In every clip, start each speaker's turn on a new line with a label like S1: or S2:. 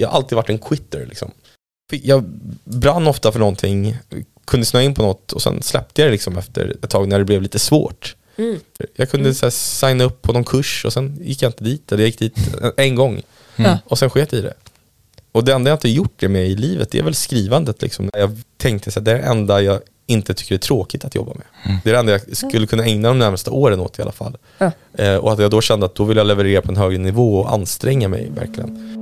S1: jag har alltid varit en quitter liksom. Jag brann ofta för någonting, kunde snöa in på något och sen släppte jag det liksom efter ett tag när det blev lite svårt. Jag kunde så här, signa upp på någon kurs och sen gick jag inte dit, eller jag gick dit en gång och sen sket i det. Och det enda jag inte gjort det med i livet, det är väl skrivandet liksom. Jag tänkte så här, det är det enda jag inte tycker är tråkigt att jobba med. Det är det enda jag skulle kunna ägna de närmaste åren åt i alla fall. Och att jag då kände att då vill jag leverera på en högre nivå och anstränga mig verkligen.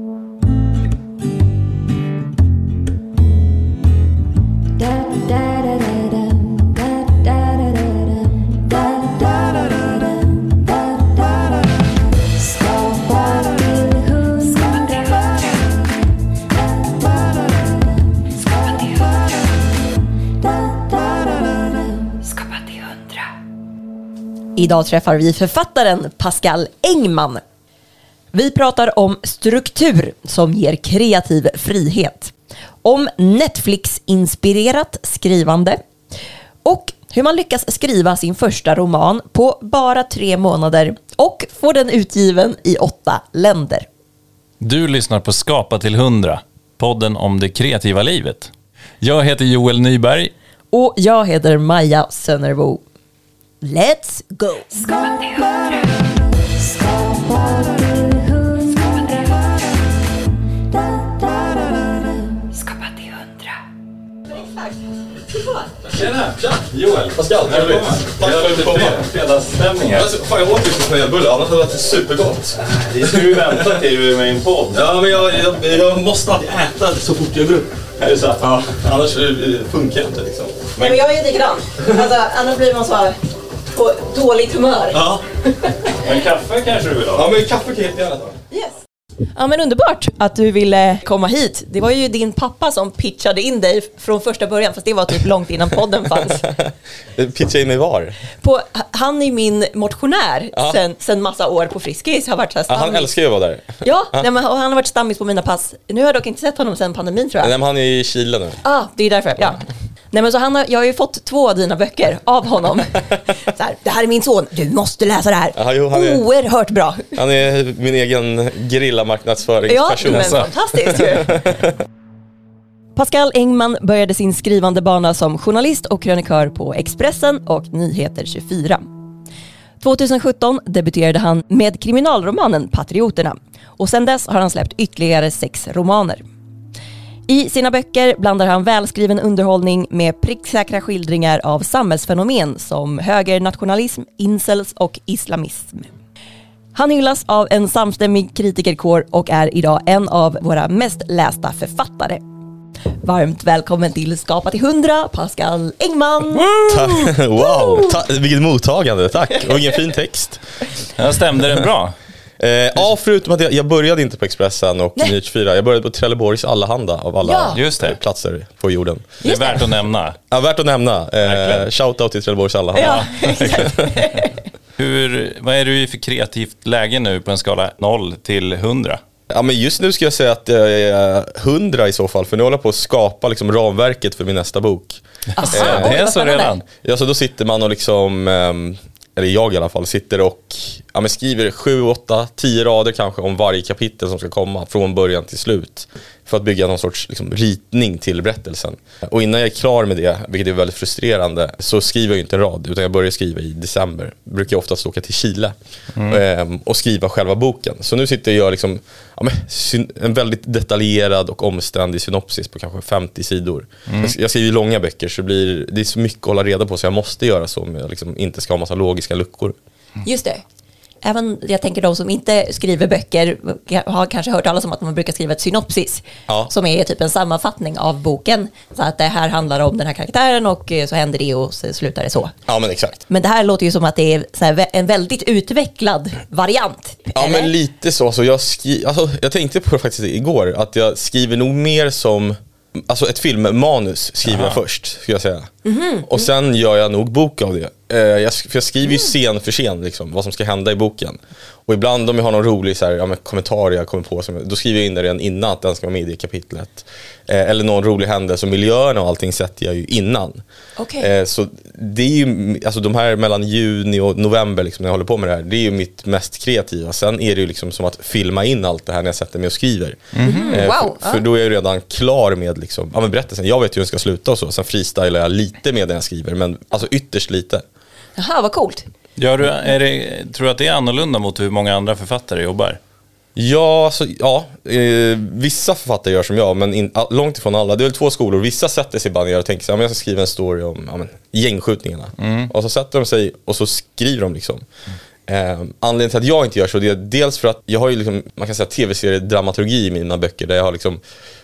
S2: Idag träffar vi författaren Pascal Engman. Vi pratar om struktur som ger kreativ frihet. Om Netflix-inspirerat skrivande. Och hur man lyckas skriva sin första roman på bara 3 månader och få den utgiven i 8 länder.
S3: Du lyssnar på Skapa till 100, podden om det kreativa livet. Jag heter Joel Nyberg.
S2: Och jag heter Maja Sönnerbo. Let's go!
S4: Skapa till 100. Skapa till 100. Skapa till 100.
S3: Tjena, Joel.
S1: Pascal, trevligt. Tack för att du kom.
S3: Fredagsstämning här.
S1: Fan, jag åt ju på kanelbulle, annars hade det varit supergott.
S3: Det ska du vänta till du är med i en podd.
S1: Ja, men jag måste alltid äta så fort jag går upp.
S3: Är det så?
S1: Ja, annars funkar det inte liksom.
S2: Men jag är likadan. Alltså, annars blir man så på dåligt humör.
S1: Ja.
S3: Men kaffe kanske du vill ha?
S1: Ja, men kaffe kan jag inte gärna ta.
S2: Yes. Ja, men underbart att du ville komma hit. Det var ju din pappa som pitchade in dig från första början, fast det var typ långt innan podden fanns.
S1: Pitcha in mig var?
S2: Han är min motionär sen massa år på Friskis. Har varit så här stammis.
S1: Han älskar ju att vara där.
S2: Ja, nej, men han har varit stammis på mina pass. Nu har jag dock inte sett honom sen pandemin, tror jag.
S1: Nej, men han är i Chile nu.
S2: Det är därför. Ja. Nej, men så jag har ju fått 2 av dina böcker av honom. Så här, det här är min son, du måste läsa det här. Oerhört bra.
S1: Han är min egen gerillamarknadsföringsperson.
S2: Ja, men fantastiskt ju. Pascal Engman började sin skrivande bana som journalist och krönikör på Expressen och Nyheter 24. 2017 debuterade han med kriminalromanen Patrioterna och sedan dess har han släppt ytterligare 6 romaner. I sina böcker blandar han välskriven underhållning med pricksäkra skildringar av samhällsfenomen som högernationalism, incels och islamism. Han hyllas av en samstämmig kritikerkår och är idag en av våra mest lästa författare. Varmt välkommen till Skapa till 100, Pascal Engman.
S1: Wow, vilket mottagande, tack. Och ingen fin text.
S3: Ja, stämde den bra?
S1: Ja, förutom att jag började inte på Expressen och Nyheter 24. Jag började på Trelleborgs Allehanda av alla platser på jorden.
S3: Det är värt att nämna.
S1: Ja, värt att nämna. Shoutout till Trelleborgs Allehanda.
S2: Ja, exakt.
S3: Vad är du i för kreativt läge nu på en skala 0 till 100?
S1: Ja, men just nu ska jag säga att jag är 100 i så fall. För nu håller jag på att skapa liksom ramverket för min nästa bok.
S3: Det är så redan?
S1: Ja, så då sitter man och liksom... eller jag i alla fall, sitter och skriver 7, 8, 10 rader kanske om varje kapitel som ska komma från början till slut för att bygga någon sorts liksom, ritning till berättelsen. Och innan jag är klar med det, vilket är väldigt frustrerande, så skriver jag inte en rad, utan jag börjar skriva i december. Brukar jag oftast åka till Chile och skriva själva boken. Så nu sitter jag liksom, en väldigt detaljerad och omständig synopsis på kanske 50 sidor. Jag skriver långa böcker, så det är så mycket att hålla reda på, så jag måste göra så om jag liksom inte ska ha massa logiska luckor.
S2: Just det. Även jag tänker de som inte skriver böcker har kanske hört talas om att man brukar skriva ett synopsis som är typ en sammanfattning av boken. Så att det här handlar om den här karaktären och så händer det och så slutar det så.
S1: Ja, men exakt.
S2: Men det här låter ju som att det är så här en väldigt utvecklad variant.
S1: Ja,
S2: eller?
S1: Men lite så. Jag tänkte på det faktiskt igår, att jag skriver nog mer som... Alltså ett filmmanus skriver jag först, skulle jag säga. Och sen gör jag nog bok av det. För jag skriver ju scen för scen liksom, vad som ska hända i boken. Och ibland om jag har någon rolig så här, kommentar jag kommer på, då skriver jag in det redan innan att den ska vara med i det kapitlet. Eller någon rolig händelse, och miljöerna och allting sätter jag ju innan.
S2: Okej.
S1: Så det är ju, alltså de här mellan juni och november liksom, när jag håller på med det här, det är ju mitt mest kreativa. Sen är det ju liksom som att filma in allt det här när jag sätter mig och skriver.
S2: Wow.
S1: För då är jag redan klar med liksom, berättelsen. Jag vet ju hur den ska sluta och så. Sen freestylar jag lite med den jag skriver, men alltså ytterst lite.
S2: Jaha, vad coolt.
S3: Tror du att det är annorlunda mot hur många andra författare jobbar?
S1: Ja, vissa författare gör som jag, men långt ifrån alla. Det är väl 2 skolor. Vissa sätter sig bara ner och tänker så här, jag ska skriva en story om gängskjutningarna. Och så sätter de sig och så skriver de liksom. Anledningen till att jag inte gör så, det är dels för att jag har ju liksom, man kan säga tv-seriedramaturgi i mina böcker, där jag har liksom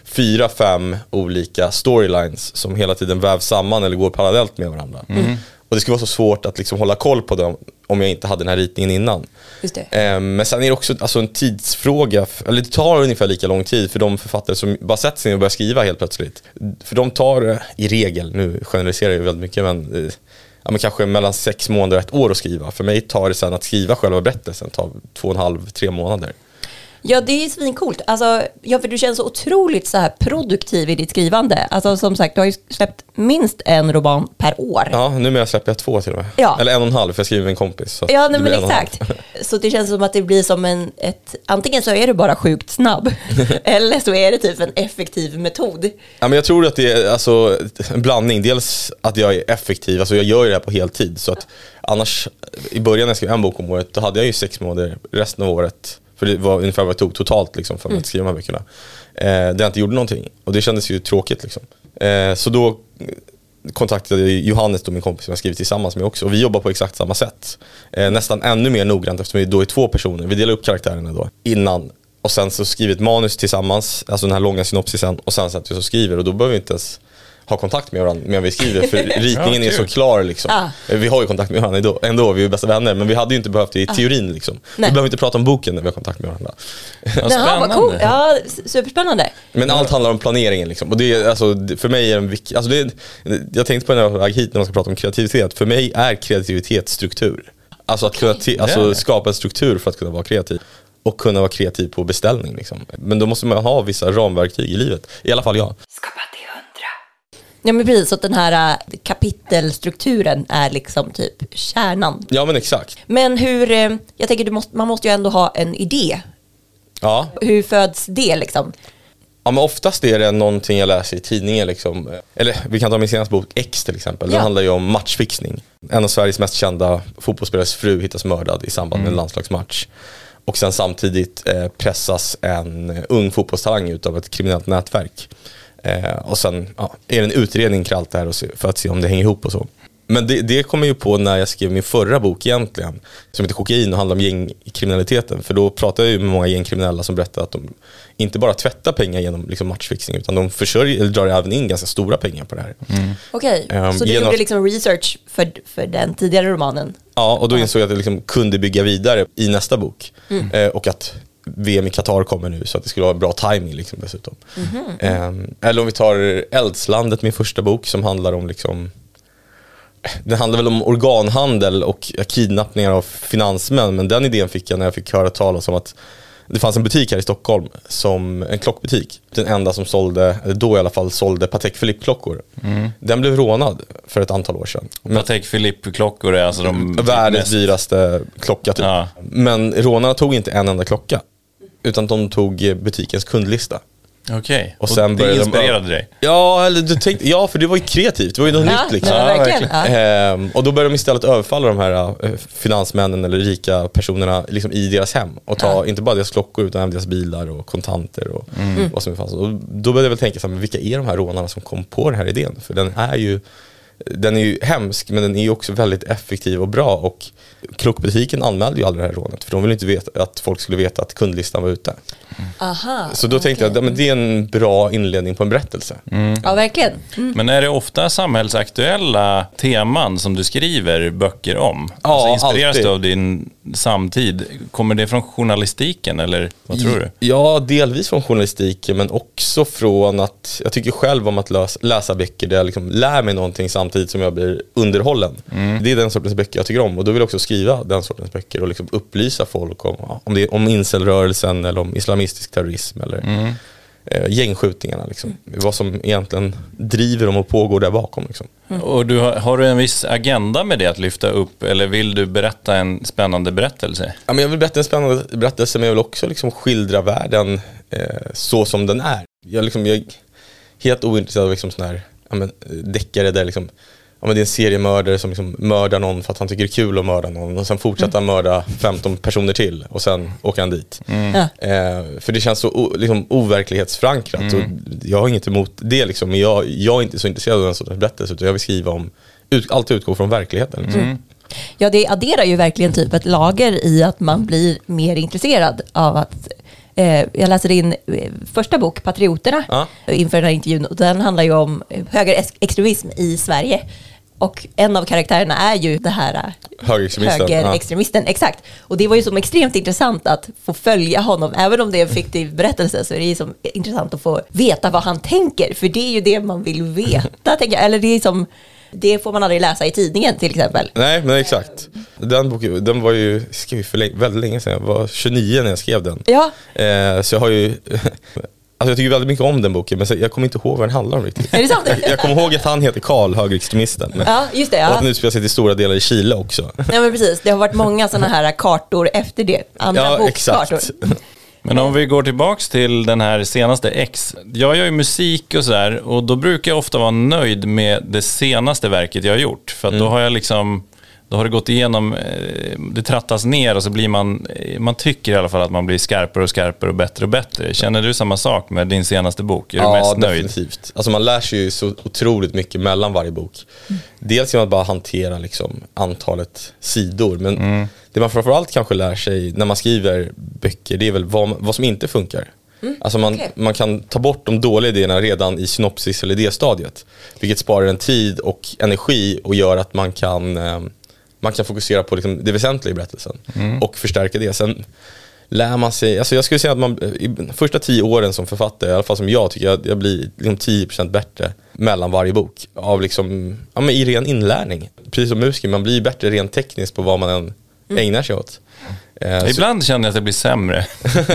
S1: 4-5 olika storylines som hela tiden vävs samman eller går parallellt med varandra. Och det skulle vara så svårt att liksom hålla koll på dem om jag inte hade den här ritningen innan.
S2: Just det.
S1: Men sen är det också alltså en tidsfråga, eller det tar ungefär lika lång tid för de författare som bara sätter sig och börjar skriva helt plötsligt. För de tar i regel, nu generaliserar jag väldigt mycket, men kanske mellan 6 månader och 1 år att skriva. För mig tar det sen att skriva själva berättelsen, tar 2,5-3 månader.
S2: Ja, det är svincoolt. Alltså, för du känns så otroligt så här produktiv i ditt skrivande. Alltså som sagt, du har ju släppt minst en roman per år.
S1: Ja, numera släpper jag 2 till och med.
S2: Ja.
S1: Eller 1,5 för jag skriver med en kompis. Så
S2: Ja, nej,
S1: det
S2: men
S1: blir 1,5.
S2: exakt. Så det känns som att det blir som antingen så är du bara sjukt snabb eller så är det typ en effektiv metod.
S1: Ja, men jag tror att det är alltså en blandning. Dels att jag är effektiv, alltså jag gör det här på heltid. Så att annars, i början när jag skrev en bok om året, då hade jag ju 6 månader resten av året. För det var ungefär vad jag tog totalt liksom, för att skriva de här böckerna. Där jag inte gjorde någonting. Och det kändes ju tråkigt liksom. Så då kontaktade jag Johannes, då, min kompis som jag skrivit tillsammans med också. Och vi jobbar på exakt samma sätt. Nästan ännu mer noggrant eftersom vi då är 2 personer. Vi delar upp karaktärerna då innan. Och sen så skriver ett manus tillsammans, alltså den här långa synopsisen. Och sen sätter vi så skriver, och då behöver vi inte ens ha kontakt med varandra medan vi skriver, för ritningen är så klar liksom. Vi har ju kontakt med varandra ändå, vi är ju bästa vänner, men vi hade ju inte behövt det i teorin liksom. Vi behöver inte prata om boken när vi har kontakt med varandra.
S2: Ja, vad cool. Ja, superspännande.
S1: Men allt handlar om planeringen liksom. Och det är, alltså, för mig är en jag tänkte på när jag var hit när man ska prata om kreativitet. För mig är kreativitet struktur. Alltså att kunna skapa en struktur för att kunna vara kreativ. Och kunna vara kreativ på beställning liksom. Men då måste man ha vissa ramverktyg i livet. I alla fall jag.
S4: Skapa till 100.
S2: Ja, men precis, så att den här kapitelstrukturen är liksom typ kärnan.
S1: Ja, men exakt.
S2: Men jag tänker man måste ju ändå ha en idé.
S1: Ja.
S2: Hur föds det liksom?
S1: Ja, men oftast är det någonting jag läser i tidningen liksom. Eller vi kan ta min senaste bok X till exempel. Den handlar ju om matchfixning. En av Sveriges mest kända fotbollsspelares fru hittas mördad i samband med en landslagsmatch. Och sen samtidigt pressas en ung fotbollstalang ut av ett kriminellt nätverk. Och sen är det en utredning kring allt det här för att se om det hänger ihop och så. Men det kommer ju på när jag skrev min förra bok egentligen, som heter Kokain och handlar om gängkriminaliteten. För då pratade jag ju med många gängkriminella som berättade att de inte bara tvättar pengar genom liksom matchfixing, utan de drar även in ganska stora pengar på det här.
S2: Okej, så du gjorde liksom research för den tidigare romanen?
S1: Ja, och då insåg jag att jag liksom kunde bygga vidare i nästa bok. Och att VM i Qatar kommer nu, så att det skulle vara bra timing liksom, dessutom. Eller om vi tar Eldslandet, min första bok, som handlar om liksom, det handlar väl om organhandel och kidnappningar av finansmän. Men den idén fick jag när jag fick höra talas om att det fanns en butik här i Stockholm, som en klockbutik. Den enda som sålde Patek Philippe-klockor. Den blev rånad för ett antal år sedan.
S3: Patek Philippe-klockor är alltså de
S1: världens dyraste klocka typ.
S3: Ja.
S1: Men rånarna tog inte en enda klocka, utan de tog butikens kundlista.
S3: Okej,
S1: och sen
S3: det inspirerade dig?
S1: Ja, eller du tänkte, för det var ju kreativt. Det var ju något nytt liksom.
S2: Ja, verkligen.
S1: Och då började de istället överfalla de här finansmännen eller rika personerna liksom i deras hem. Och ta inte bara deras klockor utan även deras bilar och kontanter och vad som fanns. Och då började jag väl tänka så här, men vilka är de här rånarna som kom på den här idén? För den är ju hemsk, men den är ju också väldigt effektiv och bra. Och klockbutiken anmälde ju aldrig det här rånet, för de ville inte att folk skulle veta att kundlistan var ute.
S2: Aha,
S1: så då tänkte jag att det är en bra inledning på en berättelse.
S2: Ja, verkligen.
S3: Men är det ofta samhällsaktuella teman som du skriver böcker om?
S1: Ja,
S3: alltså inspireras
S1: alltid.
S3: du av din samtid? Kommer det från journalistiken, eller vad tror du?
S1: Ja, delvis från journalistiken, men också från att jag tycker själv om att läsa böcker där jag liksom lär mig någonting samtidigt samtidigt som jag blir underhållen. Det är den sortens böcker jag tycker om, och då vill jag också skriva den sortens böcker och liksom upplysa folk om incelrörelsen eller om islamistisk terrorism eller gängskjutningarna liksom. Vad som egentligen driver dem och pågår där bakom liksom.
S3: Och har du en viss agenda med det att lyfta upp, eller vill du berätta en spännande berättelse?
S1: Ja, men jag vill berätta en spännande berättelse, men jag vill också liksom skildra världen så som den är. Jag är helt ointresserad av liksom sån här deckare där liksom, det är en seriemördare som liksom mördar någon för att han tycker det är kul att mörda någon, och sen fortsätter han mörda 15 personer till och sen åker han dit. För det känns så liksom overklighetsförankrat, och jag har inget emot det liksom, men jag är inte så intresserad av den sortens berättelse, utan jag vill skriva om allt utgår från verkligheten liksom.
S2: Ja, det adderar ju verkligen typ ett lager i att man blir mer intresserad av att jag läste din första bok, Patrioterna, inför den här intervjun, och den handlar ju om högerextremism i Sverige. Och en av karaktärerna är ju det här högerextremisten, exakt. Och det var ju som extremt intressant att få följa honom, även om det är en fiktiv berättelse, så är det ju som intressant att få veta vad han tänker, för det är ju det man vill veta, tänker jag. Eller det är som, det får man aldrig läsa i tidningen till exempel.
S1: Nej, men exakt. Den boken, den var ju skriven för väldigt länge sedan. Jag var 29 när jag skrev den.
S2: Ja.
S1: Så jag har ju jag tycker väldigt mycket om den boken, men jag kommer inte ihåg vad den handlar om riktigt.
S2: Är det sant?
S1: Jag kommer ihåg att han heter Karl, högerextremisten.
S2: Ja, just det. Ja.
S1: Och att nu spelar sig till stora delar i Chile också.
S2: Nej, men precis. Det har varit många sådana här kartor efter det. Andra bokskartor.
S1: Exakt.
S3: Men om vi går tillbaks till den här senaste X. Jag gör ju musik och sådär, och då brukar jag ofta vara nöjd med det senaste verket jag har gjort. För att då har jag liksom, då har det gått igenom, det trattas ner, och så blir man tycker i alla fall att man blir skarpare och skarpare och bättre. Känner du samma sak med din senaste bok? Är du mest nöjd?
S1: Definitivt. Alltså man lär sig ju så otroligt mycket mellan varje bok. Dels genom att bara hantera liksom antalet sidor, men det man framförallt kanske lär sig när man skriver böcker, det är väl vad som inte funkar. Alltså man kan ta bort de dåliga idéerna redan i synopsis eller idéstadiet, vilket sparar en tid och energi och gör att man kan fokusera på liksom det väsentliga i berättelsen och förstärka det. Sen lär man sig, alltså jag skulle säga att man i första 10 åren som författare, i alla fall som jag tycker, jag blir liksom 10% bättre mellan varje bok av liksom, i ren inlärning. Precis som musiker, man blir bättre rent tekniskt på vad man än ägnar sig åt.
S3: Ibland känner jag att det blir sämre.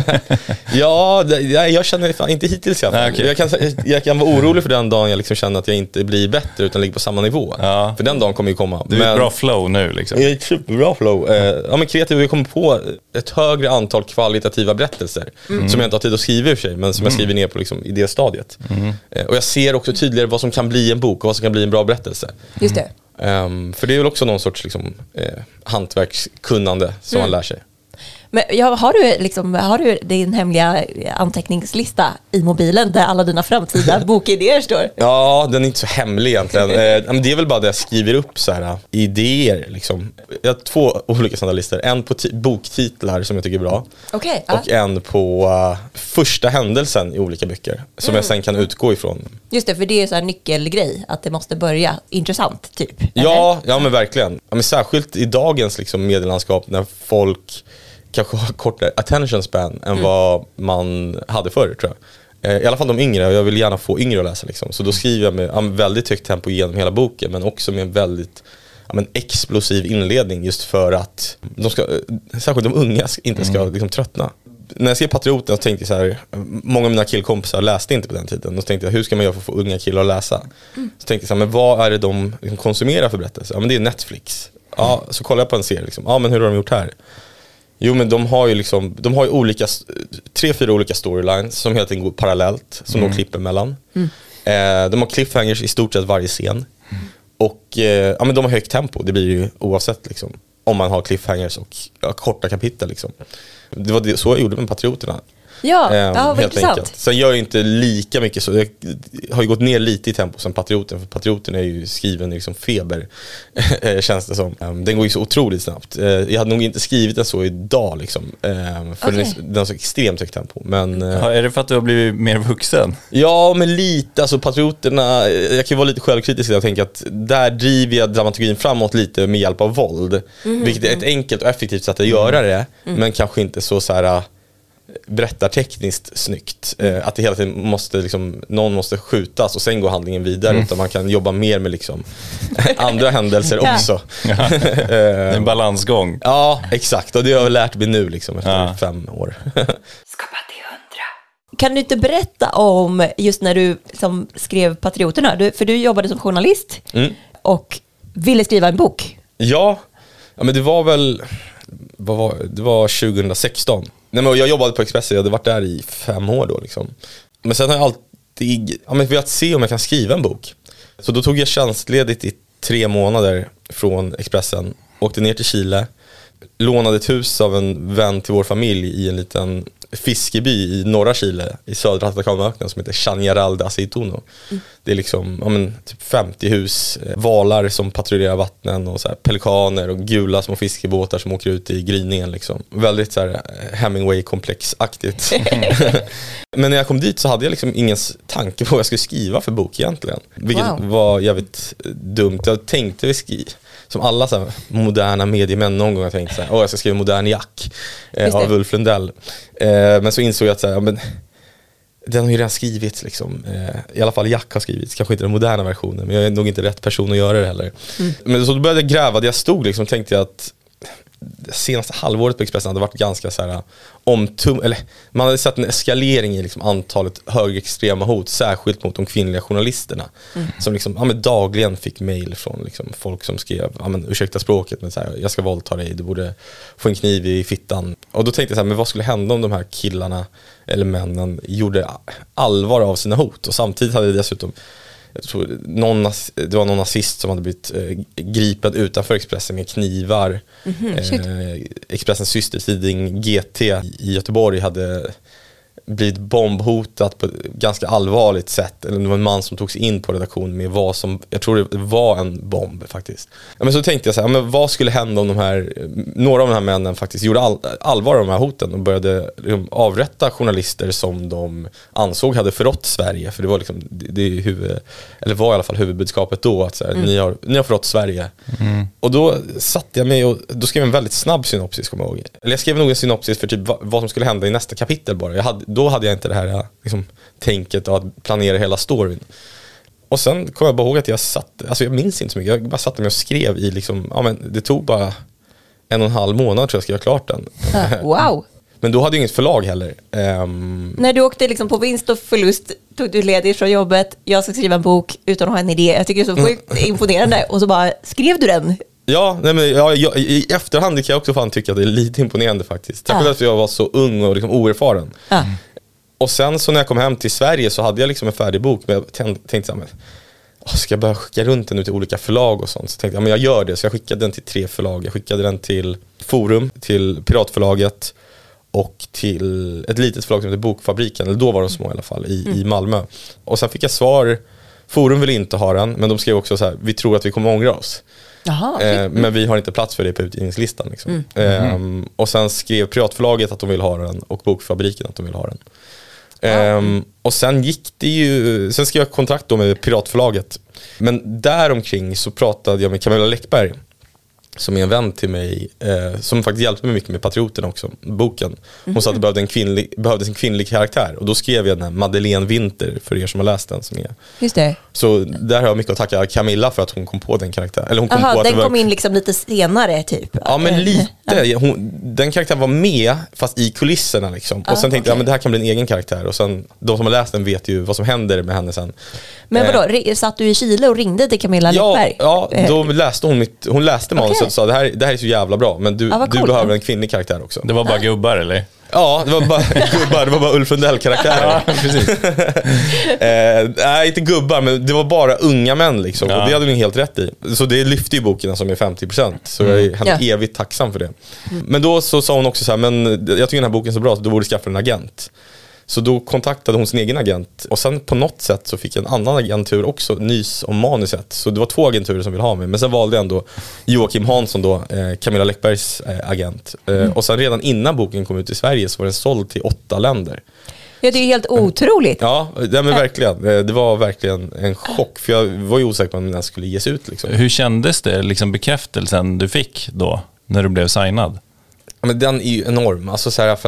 S1: Ja, jag känner inte hittills.
S3: Okay.
S1: Jag kan vara orolig för den dagen jag liksom känner att jag inte blir bättre utan ligger på samma nivå. Ja. För den dagen kommer ju komma.
S3: Du är ett bra flow nu liksom.
S1: Jag är ett superbra flow. Men kreativ, jag kommer på ett högre antal kvalitativa berättelser som jag inte har tid att skriva i och för sig, men som jag skriver ner på liksom idéstadiet. Och jag ser också tydligare vad som kan bli en bok och vad som kan bli en bra berättelse.
S2: Just det.
S1: För det är väl också någon sorts liksom, hantverkskunnande som man lär sig.
S2: Men har du din hemliga anteckningslista i mobilen där alla dina framtida bokidéer står?
S1: Ja, den är inte så hemlig egentligen. Men det är väl bara det jag skriver upp så här idéer liksom. Jag har 2 olika sådana listor. En på boktitlar som jag tycker är bra.
S2: Okay,
S1: och en på första händelsen i olika böcker som jag sen kan utgå ifrån.
S2: Just det, för det är så här nyckelgrej att det måste börja intressant typ.
S1: Ja, men verkligen. Ja, men särskilt i dagens liksom medielandskap när folk kanske har kortare attention span än vad man hade förr, tror jag. I alla fall de yngre, och jag vill gärna få yngre att läsa liksom. Så då skriver jag med väldigt högt tempo genom hela boken, men också med en väldigt explosiv inledning, just för att särskilt de unga inte ska liksom tröttna. När jag skrev Patrioterna så tänkte jag så här, många av mina killkompisar läste inte på den tiden. Då tänkte jag, hur ska man göra för att få unga killar att läsa? Så tänkte jag så här, men vad är det de liksom konsumerar för berättelser? Ja, men det är Netflix. Ja, så kollar jag på en serie liksom. Ja, men hur har de gjort här? Jo, men de har ju 3-4 olika storylines som helt enkelt går parallellt, som de klipper mellan. De har cliffhangers i stort sett varje scen. Och men de har högt tempo, det blir ju oavsett liksom, om man har cliffhangers och korta kapitel liksom. Det var så jag gjorde med Patrioterna.
S2: Ja, vad intressant.
S1: Sen gör jag inte lika mycket så. Jag har ju gått ner lite i tempo som Patrioten. För Patrioten är ju skriven liksom feber, känns det som. Den går ju så otroligt snabbt. Jag hade nog inte skrivit den så idag liksom. För den har så extremt högt tempo. Men,
S3: är det för att du har blivit mer vuxen?
S1: Ja, men lite. Alltså Patrioterna, jag kan ju vara lite självkritisk. Jag tänker att där driver jag dramaturgin framåt lite med hjälp av våld. Vilket är ett enkelt och effektivt sätt att göra det. Men kanske inte så här berättartekniskt snyggt. Att det hela tiden måste liksom, någon måste skjutas och sen går handlingen vidare, utan man kan jobba mer med liksom andra händelser också.
S3: En balansgång.
S1: Ja, exakt. Och det har jag lärt mig nu liksom, efter 5 år.
S4: Skapa till 100.
S2: Kan du inte berätta om just när du som skrev Patrioterna? För du jobbade som journalist och ville skriva en bok.
S1: Ja, men det var väl... Det var 2016. Nej, men jag jobbade på Expressen, jag hade varit där i 5 år då liksom. Men sen har jag alltid velat se om jag kan skriva en bok. Så då tog jag tjänstledigt i 3 månader från Expressen, åkte ner till Chile, lånade ett hus av en vän till vår familj i en liten fiskeby i norra Chile, i södra Atacamaöknen, som heter Chañaral de Aceituno. Det är liksom typ 50 hus, valar som patrullerar vattnen och så här, pelikaner och gula små fiskebåtar som åker ut i gryningen liksom. Väldigt så här Hemingway-komplexaktigt. Men när jag kom dit så hade jag liksom ingen tanke på vad jag skulle skriva för bok egentligen. Vilket var jävligt dumt. Jag tänkte som alla så här moderna mediemän någon gång har tänkt så här, jag ska skriva Modern Jack av Ulf Lundell. Men så insåg jag att så här, men den har ju redan skrivits liksom. I alla fall Jack har skrivits, kanske inte den moderna versionen, men jag är nog inte rätt person att göra det heller. Men så då började jag gräva, där jag stod liksom, tänkte jag att det senaste halvåret på Expressen hade varit ganska så här eller man hade sett en eskalering i liksom antalet högerextrema hot, särskilt mot de kvinnliga journalisterna som liksom, dagligen fick mejl från liksom folk som skrev, ursäkta språket, men så här, jag ska våldta dig, du borde få en kniv i fittan. Och då tänkte jag så här, men vad skulle hända om de här killarna eller männen gjorde allvar av sina hot? Och samtidigt hade det dessutom, jag tror det var någon nazist som hade blivit gripen utanför Expressen med knivar. Expressens systertidning GT i Göteborg hade blivit bombhotat på ett ganska allvarligt sätt. Eller det var en man som tog sig in på redaktionen med vad som, jag tror det var en bomb faktiskt. Men så tänkte jag så här, men vad skulle hända om några av de här männen faktiskt gjorde allvar av de här hoten och började liksom avrätta journalister som de ansåg hade förrått Sverige. För det var liksom, eller var i alla fall huvudbudskapet då, att så här, ni har förrått Sverige. Och då satte jag mig och då skrev jag en väldigt snabb synopsis, kommer jag ihåg. Eller jag skrev nog en synopsis för typ vad som skulle hända i nästa kapitel bara. Då hade jag inte det här liksom, tänket att planera hela storyn. Och sen kom jag bara ihåg att jag minns inte så mycket. Jag bara satte mig och skrev i liksom, det tog bara 1,5 månad tror jag skrev klart den.
S2: Wow.
S1: Men då hade jag inget förlag heller.
S2: När du åkte liksom på vinst och förlust, tog du ledigt från jobbet, jag ska skriva en bok utan att ha en idé. Jag tycker det är så sjukt imponerande. Och så bara skrev du den.
S1: Ja, i efterhand kan jag också fan tycka att det är lite imponerande faktiskt. Tack för att jag var så ung och liksom oerfaren. Och sen så när jag kom hem till Sverige så hade jag liksom en färdig bok, men jag tänkte så här, ska jag börja skicka runt den ut till olika förlag och sånt? Så tänkte jag, men jag gör det. Så jag skickade den till 3 förlag. Jag skickade den till Forum, till Piratförlaget och till ett litet förlag som heter Bokfabriken, eller då var de små i alla fall, i Malmö. Och sen fick jag svar, Forum ville inte ha den, men de skrev också så här, vi tror att vi kommer ångra oss. Men vi har inte plats för det på utgivningslistan liksom. Och sen skrev Piratförlaget att de vill ha den och Bokfabriken att de vill ha den. Och sen sen skrev jag kontrakt då med Piratförlaget. Men däromkring så pratade jag med Camilla Läckberg, som är en vän till mig, som faktiskt hjälpte mig mycket med Patrioterna också, boken. Hon sa att det behövdes en kvinnlig karaktär. Och då skrev jag den här Madeleine Winter, för er som har läst den. Som är.
S2: Just det.
S1: Så där har jag mycket att tacka Camilla för att hon kom på den karaktären. Eller hon kom på att
S2: den kom in liksom lite senare typ.
S1: Ja, men lite. Den karaktären var med, fast i kulisserna liksom. Och sen tänkte jag, men det här kan bli en egen karaktär. Och sen, de som har läst den vet ju vad som händer med henne sen. Men
S2: vadå, satt du i Chile och ringde till Camilla Läckberg?
S1: Ja, då läste hon läste manuset och sa, det här är så jävla bra, men du behöver en kvinnlig karaktär också.
S3: Det var bara gubbar, eller?
S1: Ja, det var bara gubbar, det var bara Ulf Lundell-karaktärer.
S3: Ja, precis.
S1: Nej, inte gubbar, men det var bara unga män liksom. Och det hade hon helt rätt i. Så det lyfte ju boken som är 50%. Så jag är henne evigt tacksam för det. Men då så sa hon också så här, men jag tycker den här boken är så bra så du borde skaffa en agent. Så då kontaktade hon sin egen agent. Och sen på något sätt så fick en annan agentur också nys om manuset. Så det var 2 agenturer som ville ha mig. Men sen valde jag ändå Joakim Hansson då, Camilla Läckbergs agent. Och sen redan innan boken kom ut i Sverige så var den såld till 8 länder.
S2: Ja, det är helt otroligt.
S1: Ja, men verkligen. Det var verkligen en chock. För jag var ju osäker på om den skulle ges ut liksom.
S3: Hur kändes det, liksom bekräftelsen du fick då, när du blev signad?
S1: Ja, men den är ju enorm. Alltså så här, för att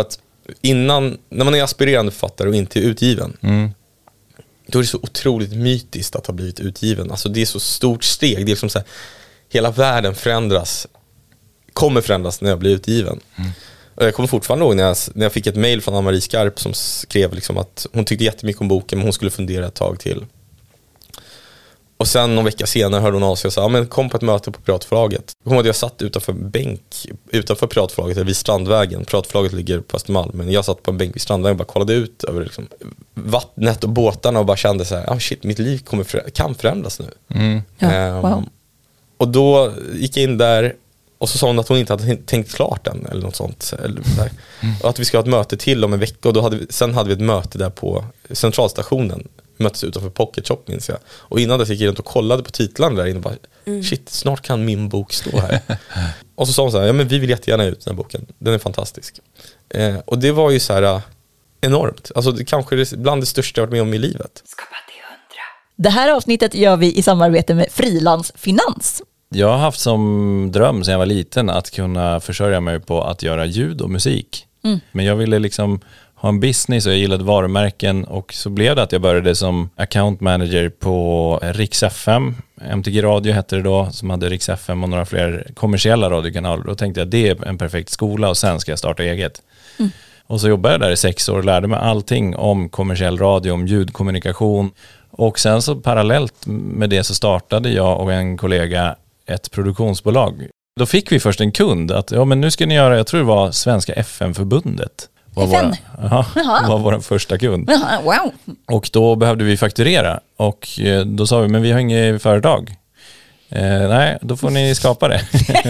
S1: när man är aspirerande författare och inte utgiven, då är det så otroligt mytiskt att ha blivit utgiven. Alltså det är så stort steg. Det är som så här, hela världen kommer förändras när jag blir utgiven. Och jag kommer fortfarande ihåg när jag fick ett mejl från Ann-Marie Skarp som skrev liksom att hon tyckte jättemycket om boken, men hon skulle fundera ett tag till. Och sen någon vecka senare hörde hon av sig och sa, men kom på ett möte på Piratförlaget. Jag kommer ihåg att jag satt utanför en bänk utanför Piratförlaget, vid Strandvägen. Piratförlaget ligger på Östermalm, men jag satt på en bänk vid Strandvägen och bara kollade ut över liksom vattnet och båtarna och bara kände så här, shit, mitt liv kan förändras nu.
S2: Wow.
S1: Och då gick jag in där och så sa hon att hon inte hade tänkt klart än eller något sånt. Och att vi ska ha ett möte till om en vecka. Och sen hade vi ett möte där på Centralstationen. Möttes utanför Pocket Shop, minns jag. Och innan det gick jag runt och kollade på titlarna där inne och bara, shit, snart kan min bok stå här. Och så sa hon så här, ja men vi vill jättegärna ut den här boken. Den är fantastisk. Och det var ju så här enormt. Alltså det kanske är bland det största jag varit med om i livet.
S4: Skapa till 100.
S2: Det här avsnittet gör vi i samarbete med Frilansfinans.
S3: Jag har haft som dröm sedan jag var liten att kunna försörja mig på att göra ljud och musik. Men jag ville liksom ha en business och jag gillade varumärken, och så blev det att jag började som account manager på Rix FM. MTG Radio hette det då, som hade Rix FM och några fler kommersiella radiokanaler. Då tänkte jag att det är en perfekt skola och sen ska jag starta eget. Och så jobbade jag där i 6 år och lärde mig allting om kommersiell radio, om ljudkommunikation. Och sen så parallellt med det så startade jag och en kollega ett produktionsbolag. Då fick vi först en kund att men nu ska ni göra, jag tror det var Svenska FM-förbundet. Var vår första kund.
S2: Wow.
S3: Och då behövde vi fakturera. Och då sa vi, men vi har inget företag. Nej, då får ni skapa det.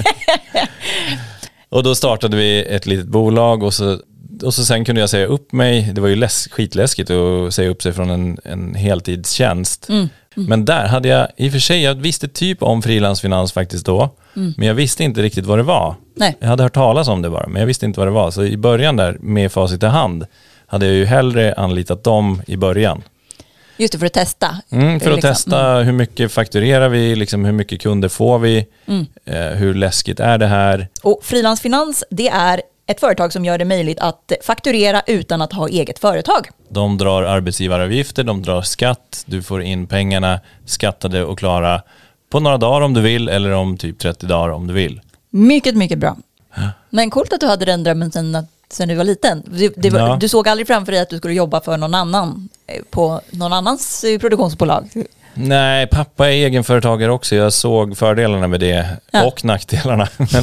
S3: Och då startade vi ett litet bolag och så sen kunde jag säga upp mig. Det var ju skitläskigt att säga upp sig från en heltidstjänst. Men där hade jag, i och för sig, jag visste typ om frilansfinans faktiskt då. Men jag visste inte riktigt vad det var.
S2: Nej.
S3: Jag hade hört talas om det bara, men jag visste inte vad det var. Så i början där, med facit i hand, hade jag ju hellre anlitat dem i början.
S2: Just det, för att testa.
S3: För att testa hur mycket fakturerar vi, liksom hur mycket kunder får vi, hur läskigt är det här.
S2: Och Frilansfinans, det är ett företag som gör det möjligt att fakturera utan att ha eget företag.
S3: De drar arbetsgivaravgifter, de drar skatt, du får in pengarna skattade och klara på några dagar om du vill, eller om typ 30 dagar om du vill.
S2: Mycket, mycket bra. Men coolt att du hade den drömmen sen du var liten. Du såg aldrig framför dig att du skulle jobba för någon annan på någon annans produktionsbolag?
S3: Nej, pappa är egenföretagare också. Jag såg fördelarna med det och nackdelarna.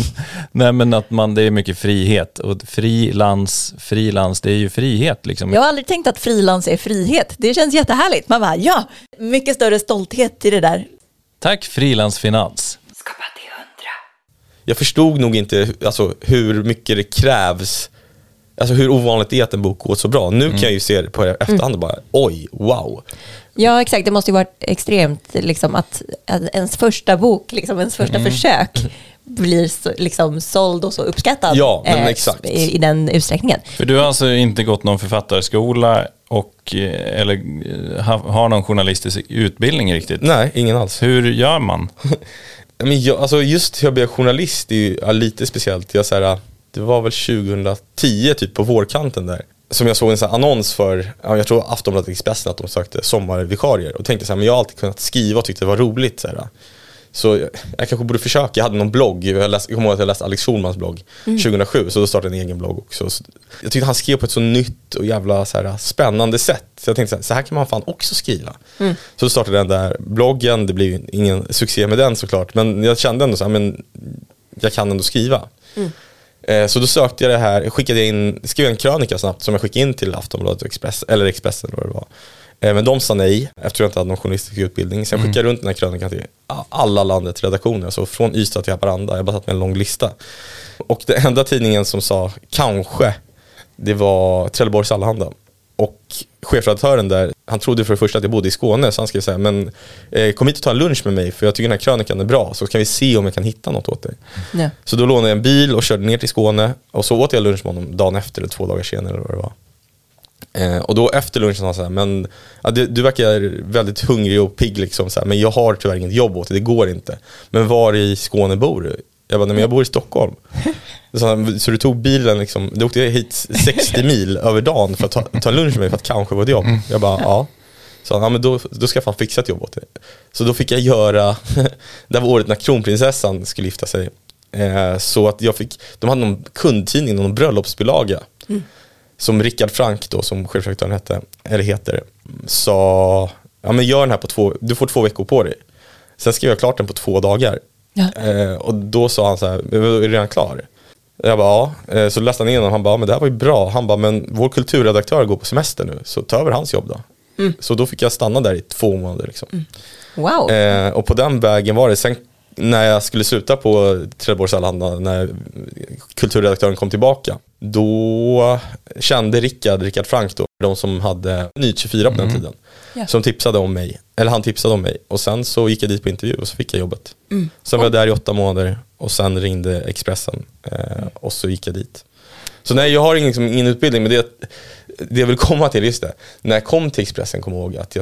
S3: Men att det är mycket frihet. Och frilans, det är ju frihet. Liksom.
S2: Jag har aldrig tänkt att frilans är frihet. Det känns jättehärligt. Man bara, mycket större stolthet i det där.
S3: Tack Frilansfinans.
S4: Skapa till 100.
S1: Jag förstod nog inte hur mycket det krävs, alltså hur ovanligt det är att en bok går så bra. Nu kan jag ju se det på efterhand och bara, oj, wow.
S2: Ja, exakt. Det måste ju vara extremt liksom, att ens första bok, liksom, ens första försök blir liksom såld och så uppskattad.
S1: Ja, men exakt.
S2: I den utsträckningen.
S3: För du har alltså inte gått någon författarskola eller har någon journalistisk utbildning riktigt?
S1: Nej, ingen alls.
S3: Hur gör man?
S1: Men just hur jag blev journalist är ju lite speciellt. Det var väl 2010 typ på vårkanten där, som jag såg en sån annons för, jag tror Aftonbladet Expressen, att de sökte sommarvikarier, och tänkte så här, men jag har alltid kunnat skriva och tyckte det var roligt så jag kanske borde försöka. Jag hade någon blogg, jag kommer ihåg att jag läste Alex Schulmans blogg 2007, så då startade jag en egen blogg också. Så jag tyckte han skrev på ett så nytt och jävla spännande sätt, så jag tänkte så här kan man fan också skriva. Så då startade den där bloggen. Det blev ju ingen succé med den såklart, men jag kände ändå så här, men jag kan ändå skriva. Så då sökte jag det här, skrev en krönika snabbt som jag skickade in till Aftonbladet Expressen eller vad det var. Men de sa nej, efter att jag inte hade någon journalistisk utbildning. Så jag skickade runt den här krönikan till alla landets redaktioner, så från Ystad till Haparanda. Jag bara satt med en lång lista. Och den enda tidningen som sa kanske, det var Trelleborgs Allehanda. Och chefredaktören där, han trodde för det första att jag bodde i Skåne, så han skrev så här, men kom hit och ta en lunch med mig, för jag tycker den här krönikan är bra, så kan vi se om jag kan hitta något åt dig. Ja. Så då lånade jag en bil och körde ner till Skåne, och så åt jag lunch med honom dagen efter eller 2 dagar senare eller vad det var. Och då efter lunchen sa han så här, men du verkar väldigt hungrig och pigg liksom, så här, men jag har tyvärr inget jobb åt det går inte. Men var i Skåne bor du? Jag bara, nej men jag bor i Stockholm. Så du tog bilen liksom, du åkte hit 60 mil över dagen för att ta lunch med mig för att kanske få ett jobb. Jag bara, ja. Så ja, men då ska jag fan fixa ett jobb åt det. Så då fick jag göra, det var året när kronprinsessan skulle gifta sig. Så att de hade någon kundtidning, någon bröllopsbilaga. Som Rickard Frank då, som chefredaktören heter, sa, ja men gör den här du får 2 veckor på dig. Sen skrev jag klart den på 2 dagar. Ja. Och då sa han så här, är du redan klar? Jag bara, ja. Så läste han igenom, han bara, ja, men det här var ju bra. Han bara, men vår kulturredaktör går på semester nu, så ta över hans jobb då. Så då fick jag stanna där i 2 månader liksom.
S2: Wow.
S1: Och på den vägen var det. Sen när jag skulle sluta på Trelleborgs Allehanda, när kulturredaktören kom tillbaka, då kände Rickard Frank då, de som hade Nytt 24 på den tiden, som tipsade om mig, eller han tipsade om mig, och sen så gick jag dit på intervju och så fick jag jobbet. Sen var jag där i 8 månader och sen ringde Expressen och så gick jag dit. Så nej, jag har ingen utbildning, men det jag vill komma till, just det. När jag kom till Expressen, kom jag ihåg att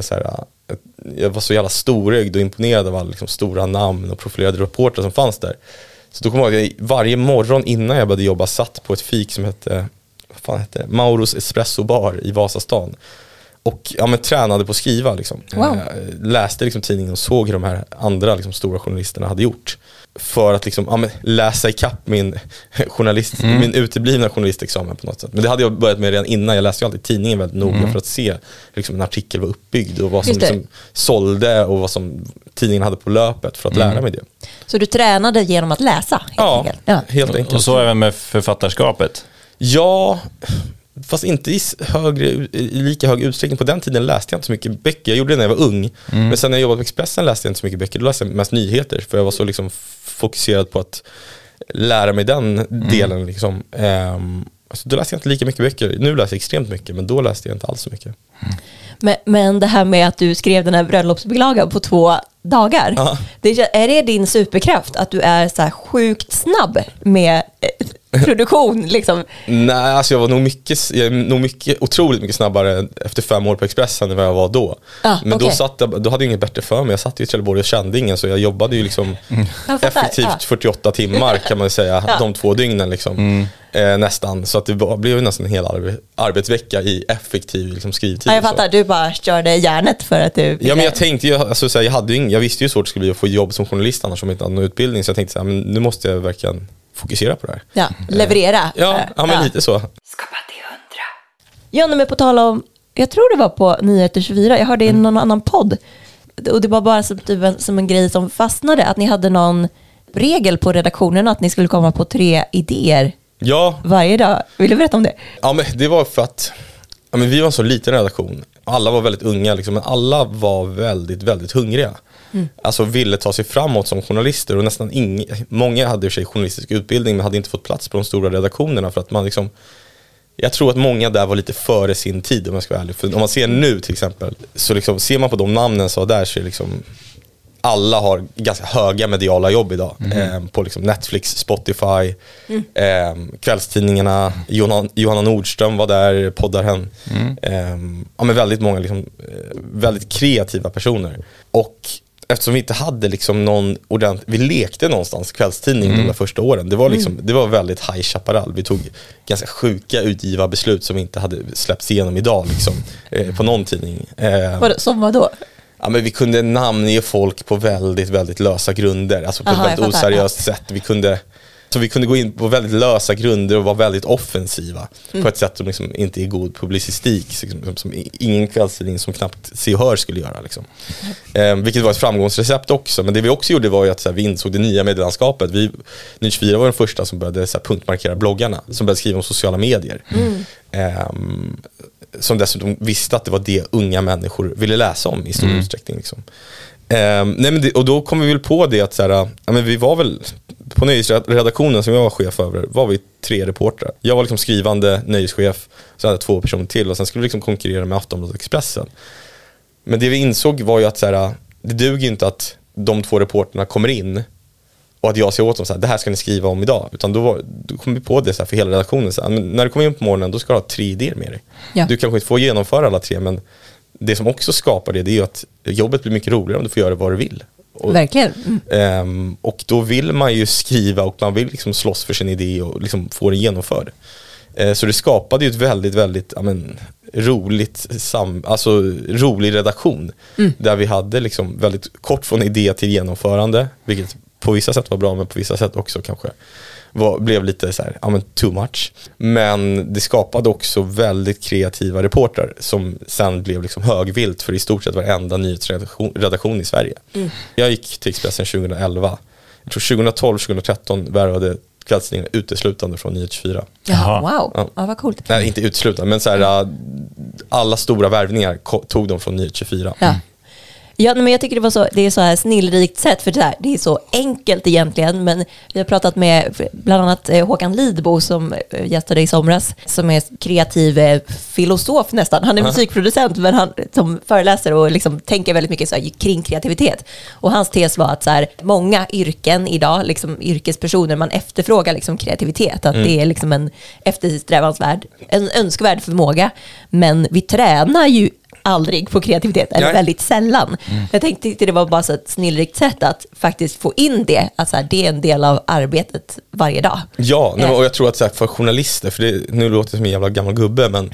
S1: jag var så jävla storögd och imponerad av alla liksom stora namn och profilerade reportrar som fanns där. Så då kom jag ihåg att varje morgon innan jag började jobba satt på ett fik som hette Mauros Espresso Bar i Vasastan. Och ja, men tränade på att skriva liksom.
S2: Wow.
S1: Läste liksom tidningen och såg hur de här andra liksom, stora journalisterna hade gjort. För att liksom, ja, men läsa ikapp min uteblivna journalistexamen på något sätt. Men det hade jag börjat med redan innan. Jag läste ju alltid tidningen väldigt noga för att se liksom, en artikel var uppbyggd och vad som liksom, sålde och vad som tidningen hade på löpet för att lära mig det.
S2: Så du tränade genom att läsa?
S1: Helt enkelt.
S3: Och så även med författarskapet?
S1: Ja, fast inte i lika hög utsträckning. På den tiden läste jag inte så mycket böcker. Jag gjorde det när jag var ung. Men sen när jag jobbade på Expressen läste jag inte så mycket böcker. Då läste jag mest nyheter. För jag var så liksom fokuserad på att lära mig den delen. Liksom. Alltså, då läste jag inte lika mycket böcker. Nu läser jag extremt mycket, men då läste jag inte alls så mycket.
S2: Men det här med att du skrev den här bröllopsbilagan på 2 dagar. Är det din superkraft att du är så här sjukt snabb med produktion liksom?
S1: Nej, alltså jag är nog otroligt mycket snabbare efter 5 år på Expressen än vad jag var då. Men då hade jag inget bättre för mig. Jag satt ju i Trelleborg och kände ingen, så jag jobbade ju liksom effektivt 48 timmar kan man säga, de 2 dygnen liksom. Nästan, så att det blev nästan en hel arbetsvecka i effektiv liksom, skrivtid.
S2: Jag fattar, du bara körde järnet för att du...
S1: Ja, men jag tänkte jag visste ju så att det skulle bli att få jobb som journalist annars, som inte hade någon utbildning, så jag tänkte men nu måste jag verkligen fokusera på det här.
S2: Ja, leverera.
S1: Ja, men lite så.
S4: Skapa till 100.
S2: Ja, men på tal om, jag tror det var på Nyheter 24, jag hörde i någon annan podd, och det var bara som en grej som fastnade, att ni hade någon regel på redaktionen att ni skulle komma på 3 idéer varje dag. Vill du berätta om det?
S1: Ja, men det var för att vi var en så liten redaktion. Alla var väldigt unga liksom, men alla var väldigt, väldigt hungriga. Alltså ville ta sig framåt som journalister, och nästan många hade i och för sig journalistisk utbildning men hade inte fått plats på de stora redaktionerna för att man liksom, jag tror att många där var lite före sin tid, om jag ska vara ärlig. För om man ser nu till exempel, så liksom, ser man på de namnen så där, så är liksom alla har ganska höga mediala jobb idag. På liksom Netflix, Spotify, kvällstidningarna. Johanna Nordström var där, poddar hen. Men väldigt många liksom, väldigt kreativa personer. Och eftersom vi inte hade liksom någon vi lekte någonstans kvällstidning de första åren. Det var liksom, det var väldigt High Chaparral. Vi tog ganska sjuka utgivarbeslut som inte hade släppts igenom idag liksom, på någon tidning.
S2: Som vad då?
S1: Ja, men vi kunde namnge folk på väldigt, väldigt lösa grunder. Alltså på ett väldigt oseriöst sätt. Vi kunde gå in på väldigt lösa grunder och vara väldigt offensiva. På ett sätt som liksom inte är god publicistik. Som ingen kvällstidning som knappt Se och Hör skulle göra. Liksom. Vilket var ett framgångsrecept också. Men det vi också gjorde var ju att vi insåg det nya medielandskapet. Nytt 24 var den första som började punktmarkera bloggarna. Som började skriva om sociala medier. Som dessutom visste att det var det unga människor ville läsa om i stor utsträckning liksom. Och då kom vi väl på det att vi var väl på nöjesredaktionen som jag var chef över, var vi 3 reportrar. Jag var liksom skrivande nöjeschef, så hade jag 2 personer till, och sen skulle vi liksom konkurrera med Aftonbladet och Expressen. Men det vi insåg var ju att det duger inte att de 2 reporterna kommer in och att jag säger åt dem det här ska ni skriva om idag, utan då kom vi på det för hela redaktionen när du kommer in på morgonen, då ska du ha 3 idéer med dig. Du kanske inte får genomföra alla 3, men det som också skapar det är ju att jobbet blir mycket roligare om du får göra vad du vill.
S2: Verkligen.
S1: Och då vill man ju skriva och man vill liksom slåss för sin idé och liksom få den genomförd. Så det skapade ju ett väldigt rolig redaktion. Där vi hade liksom väldigt kort från idé till genomförande, vilket på vissa sätt var bra, men på vissa sätt också kanske blev lite så här, too much. Men det skapade också väldigt kreativa reportrar som sen blev liksom högvilt för i stort sett varenda nyhetsredaktion i Sverige. Jag gick till Expressen 2011. Jag tror 2012-2013 värvade kvällstidningar uteslutande från Nyhet24.
S2: Jaha, wow. Ja, vad coolt.
S1: Nej, inte uteslutande, men så här, alla stora värvningar tog de från Nyhet24.
S2: Ja, men jag tycker det är så här snillrikt sätt, för det är så enkelt egentligen, men vi har pratat med bland annat Håkan Lidbo som gästade i somras, som är kreativ filosof nästan. Han är musikproducent, men han som föreläser och liksom tänker väldigt mycket så här kring kreativitet. Och hans tes var att så här, många yrken idag, liksom yrkespersoner, man efterfrågar liksom kreativitet, att det är liksom en eftersträvansvärd, en önskvärd förmåga, men vi tränar ju aldrig på kreativitet, eller väldigt sällan. Jag tänkte det var bara så ett snillrikt sätt att faktiskt få in det, alltså det är en del av arbetet varje dag. Ja,
S1: och jag tror att så här, för journalister, för nu låter det som en jävla gammal gubbe, men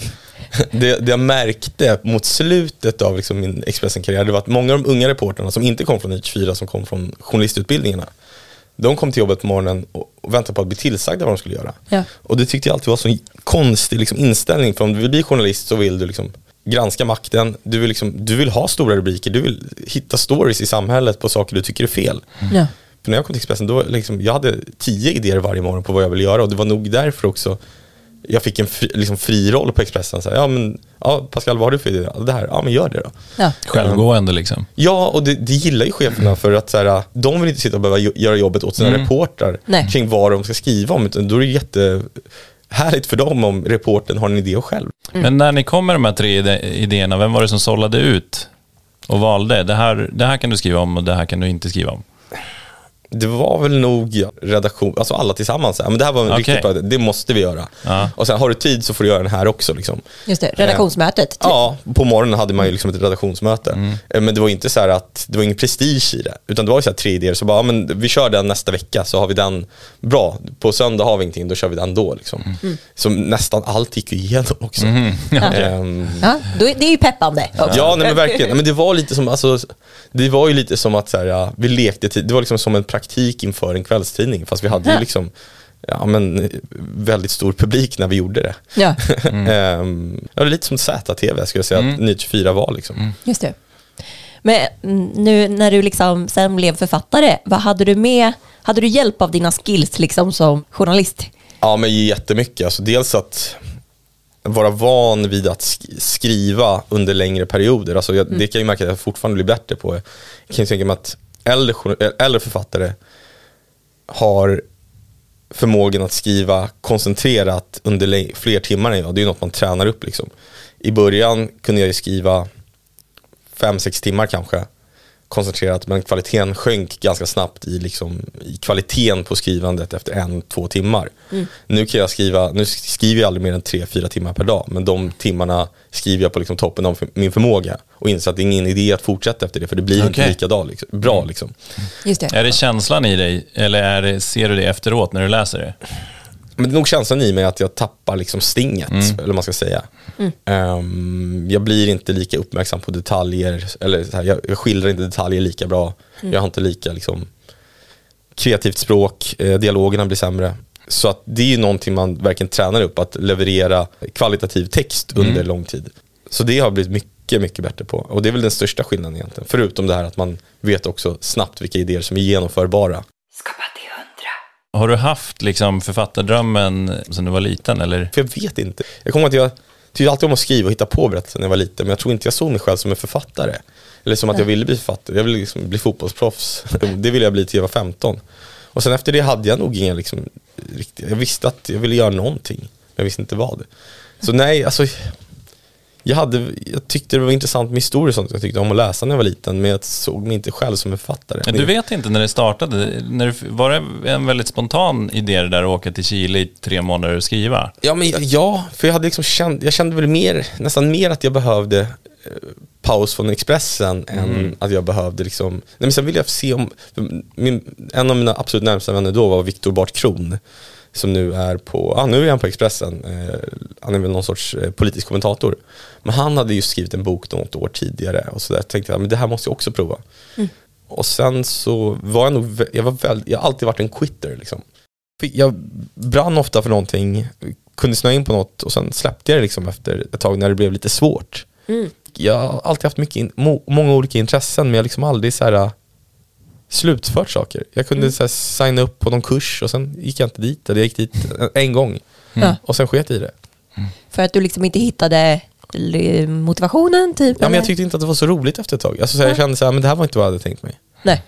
S1: det jag märkte mot slutet av liksom min Expressen-karriär, det var att många av de unga reporterna som inte kom från Nyhet24, som kom från journalistutbildningarna, de kom till jobbet på morgonen och väntade på att bli tillsagda vad de skulle göra. Ja. Och det tyckte jag alltid var så konstig liksom inställning, för om du vill bli journalist så vill du liksom granska makten, du vill ha stora rubriker, du vill hitta stories i samhället på saker du tycker är fel. Ja. För när jag kom till Expressen, då liksom, jag hade 10 idéer varje morgon på vad jag ville göra, och det var nog därför också jag fick en fri roll på Expressen. Så här, Pascal, vad har du för idé? Det här, men gör det då. Ja.
S3: Självgående liksom.
S1: Ja, och det gillar ju cheferna, för att så här, de vill inte sitta och behöva göra jobbet åt sina reportrar kring vad de ska skriva om, utan då är det jättehärligt för dem om reporten har en idé själv.
S3: Men när ni kom med de här 3 idéerna, vem var det som sållade ut och valde? Det här kan du skriva om och det här kan du inte skriva om.
S1: Det var väl nog redaktion, alltså alla tillsammans. Men det här var en riktigt bra, det måste vi göra. Och sen har du tid så får du göra den här också. Liksom.
S2: Just det, redaktionsmötet.
S1: Ja, på morgonen hade man ju liksom ett redaktionsmöte. Men det var inte så här att, det var ingen prestige i det. Utan det var ju så här 3 idéer, så bara, men vi kör den nästa vecka så har vi den bra. På söndag har vi ingenting, då kör vi den då. Liksom. Så nästan allt gick ju igenom också.
S2: Det är ju peppande också.
S1: Ja, nej, men verkligen. Men det var lite som, alltså, det var ju lite som att så här, vi lekte tid. Det var liksom som en praktik inför en kvällstidning, fast vi hade ju liksom väldigt stor publik när vi gjorde det. Ja. Det är lite som ZTV, skulle jag säga att Nyhet24 var liksom.
S2: Just det. Men nu när du liksom sen blev författare, vad hade du med? Hade du hjälp av dina skills liksom som journalist?
S1: Ja, men jättemycket. Alltså, dels att vara van vid att skriva under längre perioder. Alltså, det kan jag märka att jag fortfarande blir bättre på. Jag kan tänka mig att äldre författare har förmågan att skriva koncentrerat under fler timmar än jag. Det är något man tränar upp liksom. I början kunde jag ju skriva 5-6 timmar kanske koncentrerat, men kvaliteten sjönk ganska snabbt i kvaliteten på skrivandet efter 1-2 timmar. Nu skriver jag aldrig mer än 3-4 timmar per dag, men de timmarna skriver jag på liksom toppen av min förmåga och inser att det är ingen idé att fortsätta efter det, för det blir inte lika bra liksom.
S2: Just det.
S3: Är det känslan i dig, eller ser du det efteråt när du läser det?
S1: Men det är nog känslan i mig att jag tappar liksom stinget, eller vad man ska säga. Jag blir inte lika uppmärksam på detaljer, eller så här, jag skildrar inte detaljer lika bra. Jag har inte lika liksom kreativt språk, dialogerna blir sämre. Så att det är ju någonting man verkligen tränar upp, att leverera kvalitativ text under lång tid. Så det har blivit mycket, mycket bättre på. Och det är väl den största skillnaden egentligen. Förutom det här att man vet också snabbt vilka idéer som är genomförbara.
S4: Skapa till 100.
S3: Har du haft liksom författardrömmen sedan du var liten, eller?
S1: För jag vet inte. Jag kommer att jag tyckte alltid om att skriva och hitta på berättelser när jag var liten, men jag tror inte jag såg mig själv som en författare. Eller som att jag ville bli författare. Jag ville liksom bli fotbollsproffs. Det ville jag bli till jag var 15. Och sen efter det hade jag nog inga liksom riktigt. Jag visste att jag ville göra någonting, men jag visste inte vad. Så nej, alltså jag tyckte det var intressant med historier och sånt. Jag tyckte om att läsa när jag var liten, men jag såg mig inte själv som en författare.
S3: Men du vet inte när det startade? Var det en väldigt spontan idé det där att åka till Chile i 3 månader och skriva?
S1: Ja, för jag hade liksom jag kände väl nästan mer att jag behövde paus från Expressen än att jag behövde liksom... Nej, men sen vill jag se om... En av mina absolut närmsta vänner då var Viktor Bart Kron, som nu är på... nu är han på Expressen. Han är väl någon sorts politisk kommentator. Men han hade ju skrivit en bok något år tidigare. Och så där tänkte jag, men det här måste jag också prova. Och sen så var jag nog... Jag har alltid varit en quitter liksom. Jag brann ofta för någonting, kunde snöa in på något och sen släppte jag det liksom efter ett tag när det blev lite svårt. Jag har alltid haft många olika intressen, men jag har liksom aldrig så här slutfört saker. Jag kunde så här signa upp på någon kurs och sen gick jag inte dit, eller jag gick dit en gång och sen sket i det.
S2: För att du liksom inte hittade motivationen typ?
S1: Ja, men jag tyckte inte att det var så roligt efter ett tag. Alltså, så här, jag kände så här, men det här var inte vad jag hade tänkt mig.
S2: Nej.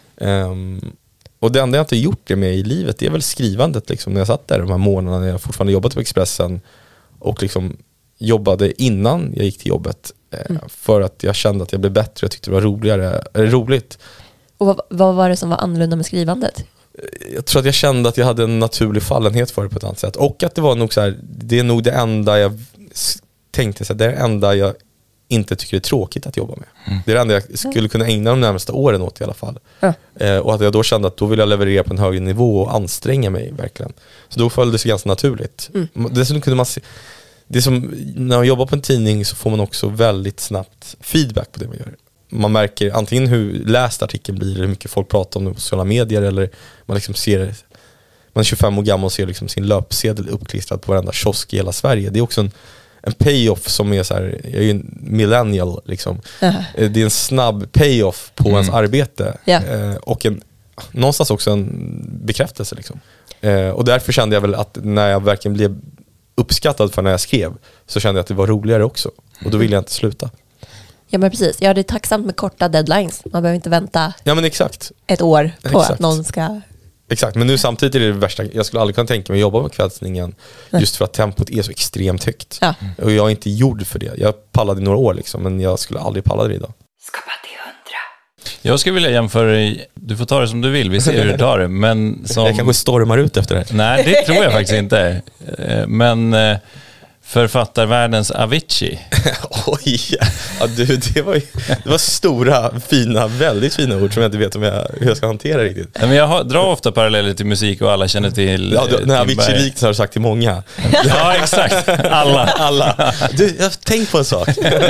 S1: Och det enda jag inte gjort det med i livet, det är väl skrivandet liksom, när jag satt där de här månaderna när jag fortfarande jobbade på Expressen och liksom jobbade innan jag gick till jobbet för att jag kände att jag blev bättre, jag tyckte det var roligt.
S2: Och vad var det som var annorlunda med skrivandet?
S1: Jag tror att jag kände att jag hade en naturlig fallenhet för det på ett annat sätt, och att det var nog så här, det är nog det enda jag tänkte så här, det är det enda jag inte tycker det är tråkigt att jobba med. Det är det enda jag skulle kunna ägna de närmaste åren åt i alla fall. Och att jag då kände att då vill jag leverera på en högre nivå och anstränga mig verkligen. Så då följde det sig ganska naturligt. Dessutom kunde man se, det som, när man jobbar på en tidning så får man också väldigt snabbt feedback på det man gör. Man märker antingen hur läst artikeln blir, hur mycket folk pratar om det på sociala medier, eller man liksom ser, man är 25 år gammal och ser liksom sin löpsedel uppklistrad på varenda kiosk i hela Sverige. Det är också en payoff som är så här, jag är ju en millennial liksom. Det är en snabb payoff på ens arbete och någonstans också en bekräftelse liksom. Och därför kände jag väl att när jag verkligen blev uppskattad för när jag skrev, så kände jag att det var roligare också, och då ville jag inte sluta.
S2: Ja, men precis. Ja, det är tacksamt med korta deadlines. Man behöver inte vänta ett år på att någon ska...
S1: Exakt, men nu samtidigt är det värsta. Jag skulle aldrig kunna tänka mig att jobba med kvällstidningen just för att tempot är så extremt högt. Och jag är inte gjord för det. Jag pallade i några år liksom, men jag skulle aldrig palla det idag.
S4: Skapa till 100.
S3: Jag skulle vilja jämföra, du får ta det som du vill, vi ser hur du tar det. Men som...
S1: Jag kanske stormar ut efter det.
S3: Nej, det tror jag faktiskt inte. Men författarvärldens Avicii.
S1: Oj, ja, det var stora, fina, väldigt fina ord som jag inte vet hur jag ska hantera riktigt.
S3: Men jag drar ofta paralleller till musik och alla känner till...
S1: Ja, när Avicii-likt har du sagt till många.
S3: Ja, exakt. Alla.
S1: Du, jag har tänkt på en sak.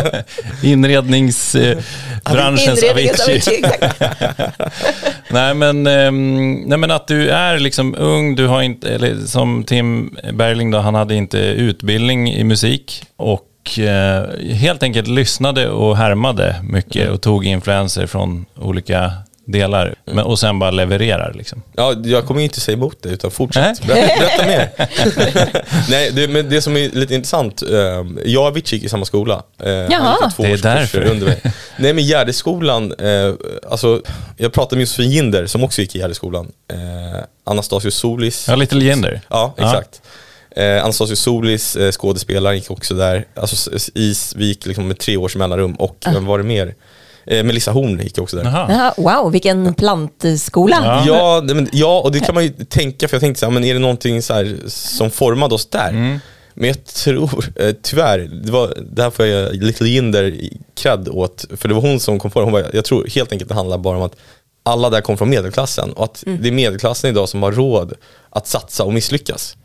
S3: Inredningsbranschens Avicii. Nej, men att du är liksom ung, du har inte, eller som Tim Bergling då, han hade inte utbildning i musik och helt enkelt lyssnade och härmade mycket och tog influenser från olika delar och sen bara levererar liksom. Ja,
S1: jag kommer inte säga emot det, utan fortsätt. Berätta mer. Nej, men det som är lite intressant, jag och Avicii gick i samma skola.
S2: Jaha.
S3: Det är därför.
S1: Under mig. Nej, men Gärdeskolan, alltså, jag pratade med Josefin Ginder som också gick i Gärdeskolan. Anastasius Solis.
S3: Ja, Little Ginder.
S1: Ja, exakt. Anastasius Solis, skådespelaren, gick också där. Alltså, vi gick liksom med 3 års mellanrum. Och vem var det mer? Melissa Horn gick också där.
S2: Aha, wow, vilken plantskola.
S1: Ja, och det kan man ju tänka, för jag tänkte så här, men är det någonting så här som formade oss där? Men jag tror, tyvärr, det här får jag Little Ginder cred åt, för det var hon som kom på det. Jag tror helt enkelt det handlar bara om att alla där kom från medelklassen, och att det är medelklassen idag som har råd att satsa och misslyckas.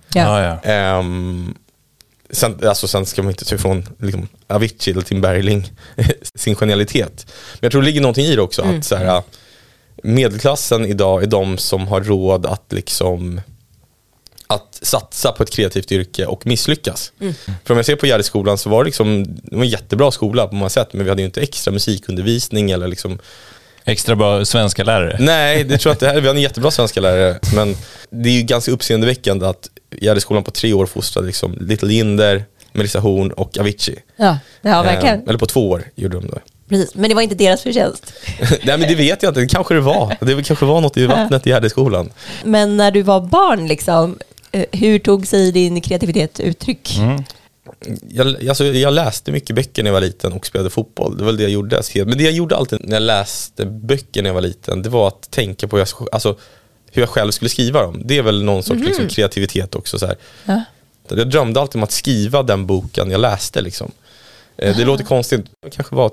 S1: Sen ska man inte ta ifrån liksom, Avicii eller Tim Bergling sin genialitet. Men jag tror det ligger någonting i det också, att så här, medelklassen idag är de som har råd att liksom att satsa på ett kreativt yrke och misslyckas. För om jag ser på Gärdeskolan så var det liksom, det var en jättebra skola på många sätt, men vi hade ju inte extra musikundervisning eller liksom
S3: extra bra svenska lärare. Nej,
S1: det tror jag inte. Vi hade en jättebra svenska lärare, men det är ju ganska uppseendeväckande att Gärdeskolan på 3 år fostrade liksom Little Ginder, Melissa Horn och Avicii.
S2: Ja verkligen.
S1: Eller på 2 år gjorde de det.
S2: Precis, men det var inte deras förtjänst.
S1: Nej, men det vet jag inte. Det kanske det var. Det kanske var något i vattnet i Gärdeskolan.
S2: Men när du var barn liksom, hur tog sig din kreativitet uttryck?
S1: Jag läste mycket böcker när jag var liten och spelade fotboll. Det var det jag gjorde. Men det jag gjorde alltid när jag läste böcker när jag var liten, det var att tänka på hur jag själv skulle skriva dem. Det är väl någon sorts liksom, kreativitet också. Så här. Ja. Jag drömde alltid om att skriva den boken jag läste. Liksom. Det låter konstigt. Jag kanske var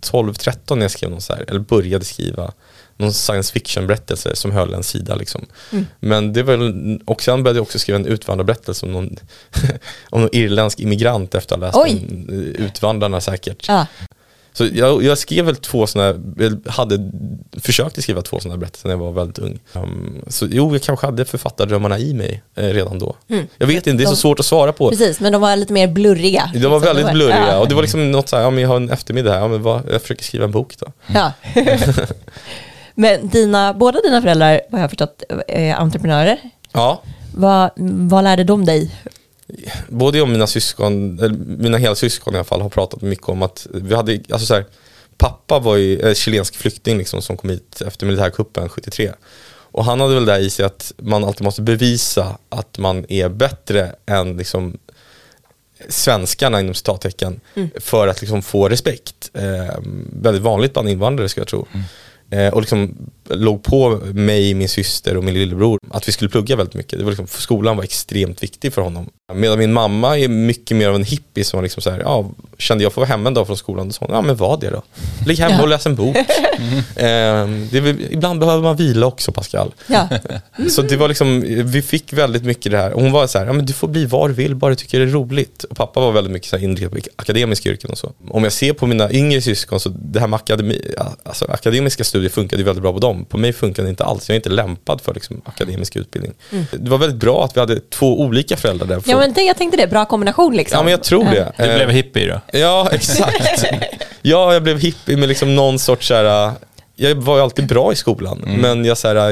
S1: 12-13 när jag skrev någon så här, eller började skriva någon science fiction-berättelse som höll en sida liksom. Men det var och sen började jag också skriva en utvandrarberättelse om någon, om någon irländsk immigrant efter att ha läst om Utvandrarna säkert. Så jag skrev väl försökte skriva 2 sådana berättelser när jag var väldigt ung. Så jag kanske hade författardrömmarna i mig redan då. Jag vet inte, det är så svårt att svara på.
S2: Precis, men de var lite mer blurriga.
S1: De var väldigt blurriga och det var liksom något så här, men jag har en eftermiddag här, jag försöker skriva en bok då.
S2: Ja. Men båda dina föräldrar, vad jag har förstått, är entreprenörer.
S1: Ja.
S2: Vad lärde de dig?
S1: Både jag och mina syskon, eller mina hela syskon i alla fall, har pratat mycket om att vi hade, alltså så här, pappa var ju chilensk flykting liksom, som kom hit efter militärkuppen 73. Och han hade väl där i sig att man alltid måste bevisa att man är bättre än liksom svenskarna inom citattecken för att liksom få respekt. Väldigt vanligt bland invandrare ska jag tro. Och liksom låg på mig, min syster och min lillebror att vi skulle plugga väldigt mycket. Det var liksom, skolan var extremt viktig för honom. Medan min mamma är mycket mer av en hippie som var liksom så här, kände jag får vara hemma en dag från skolan, och så, men vad det då? Ligg hemma och läs en bok. Ibland behöver man vila också, Pascal. Så det var liksom, vi fick väldigt mycket det här. Och hon var så här, men du får bli var du vill, bara du tycker det är roligt. Och pappa var väldigt mycket så här inriktad på akademiska yrken och så. Om jag ser på mina yngre syskon, så det här med akademiska studier funkade ju väldigt bra på dem. På mig funkade det inte alls. Jag är inte lämpad för liksom akademisk utbildning. Det var väldigt bra att vi hade 2 olika föräldrar där.
S2: Ja, men jag tänkte det, bra kombination liksom.
S1: Ja, men jag tror det.
S3: Du blev hippie då?
S1: Ja, exakt. Ja, jag blev hippie med liksom någon sorts så här, jag var ju alltid bra i skolan, men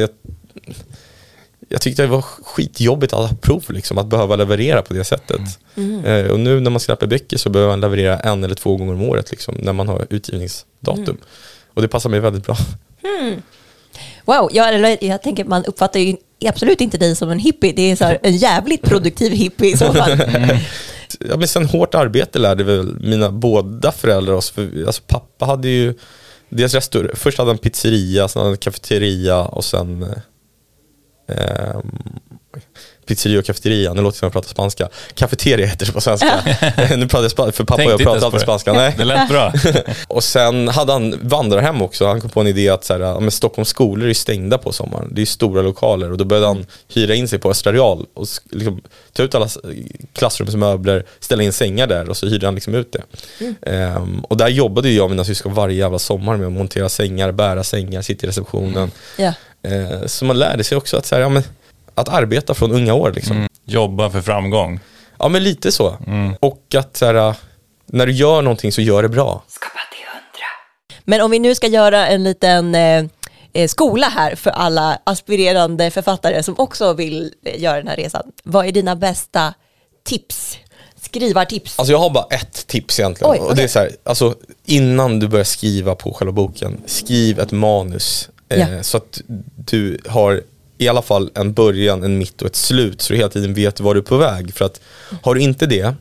S1: jag tyckte det var skitjobbigt att ha prov liksom, att behöva leverera på det sättet. Och nu när man släpper böcker så behöver man leverera 1 eller 2 gånger om året liksom, när man har utgivningsdatum. Och det passar mig väldigt bra.
S2: Wow, jag tänker man uppfattar ju absolut inte dig som en hippie. Det är så här en jävligt produktiv hippie i så fall.
S1: Ja, men sen hårt arbete lärde väl mina båda föräldrar oss. För, alltså, pappa hade ju deras restaurang. Först hade han pizzeria, sen hade han kafeteria och sen pizzeria och kafeteria. Nu låter det som jag pratar spanska. Cafeteria heter det på svenska. Nu pratar jag för pappa och jag pratar alltid spanska. Nej.
S3: Det lät bra.
S1: Och sen hade han vandrarhem också. Han kom på en idé att så här, men Stockholms skolor är stängda på sommaren. Det är stora lokaler. Och då började han hyra in sig på Östra Real och liksom ta ut alla klassrumsmöbler, ställa in sängar där, och så hyrde han liksom ut det. Och där jobbade jag och mina syskon varje jävla sommar med att montera sängar, bära sängar, sitta i receptionen. Så man lärde sig också att så här, att arbeta från unga år liksom.
S3: Jobba för framgång.
S1: Ja, men lite så. Och att så här, när du gör någonting så gör det bra.
S4: Skapa till 100.
S2: Men om vi nu ska göra en liten skola här för alla aspirerande författare som också vill göra den här resan. Vad är dina bästa tips? Skrivartips?
S1: Alltså jag har bara ett tips egentligen. Och det är så här, alltså innan du börjar skriva på själva boken, skriv ett manus. Så att du har i alla fall en början, en mitt och ett slut, så du hela tiden vet var du är på väg. För att har du inte det,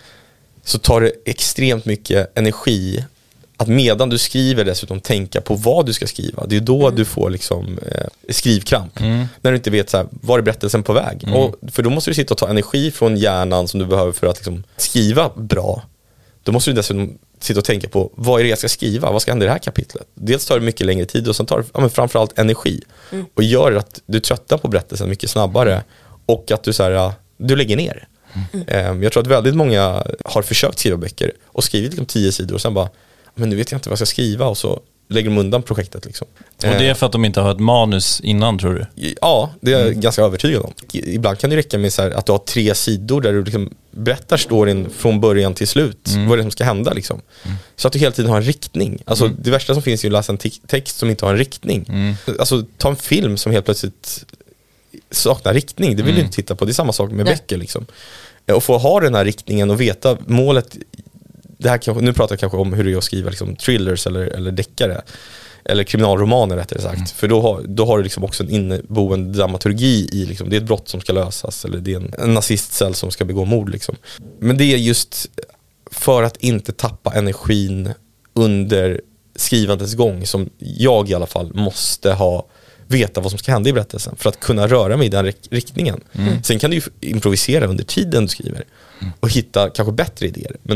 S1: så tar det extremt mycket energi att medan du skriver dessutom tänka på vad du ska skriva. Det är då du får liksom skrivkramp. När du inte vet så här, var är berättelsen på väg. Och, för då måste du sitta och ta energi från hjärnan som du behöver för att liksom skriva bra. Då måste du dessutom sitta och tänka på vad är det jag ska skriva, vad ska hända i det här kapitlet. Dels tar det mycket längre tid och sen tar det framförallt energi. Och gör att du tröttar på berättelsen mycket snabbare och att du, så här, du lägger ner. Jag tror att väldigt många har försökt skriva böcker och skrivit liksom 10 sidor och sen bara, men nu vet jag inte vad jag ska skriva, och så lägger de undan projektet liksom.
S3: Och det är för att de inte har ett manus innan, tror du?
S1: Ja, det är jag ganska övertygad om. Ibland kan det räcka med så här, att du har 3 sidor där du liksom berättar storyn från början till slut. Vad är det som ska hända liksom. Så att du hela tiden har en riktning. Alltså det värsta som finns är ju att läsa en text som inte har en riktning. Alltså ta en film som helt plötsligt saknar riktning. Det vill du inte titta på. Det är samma sak med böcker liksom. Och få ha den här riktningen och veta målet. Det här kanske, nu pratar jag kanske om hur det är att skriva liksom thrillers eller deckare eller kriminalromaner rättare sagt. För då har du liksom också en inneboende dramaturgi i liksom, det är ett brott som ska lösas, eller det är en nazistcell som ska begå mord liksom. Men det är just för att inte tappa energin under skrivandets gång som jag i alla fall måste veta vad som ska hända i berättelsen för att kunna röra mig i den riktningen. Sen kan du ju improvisera under tiden du skriver och hitta kanske bättre idéer, men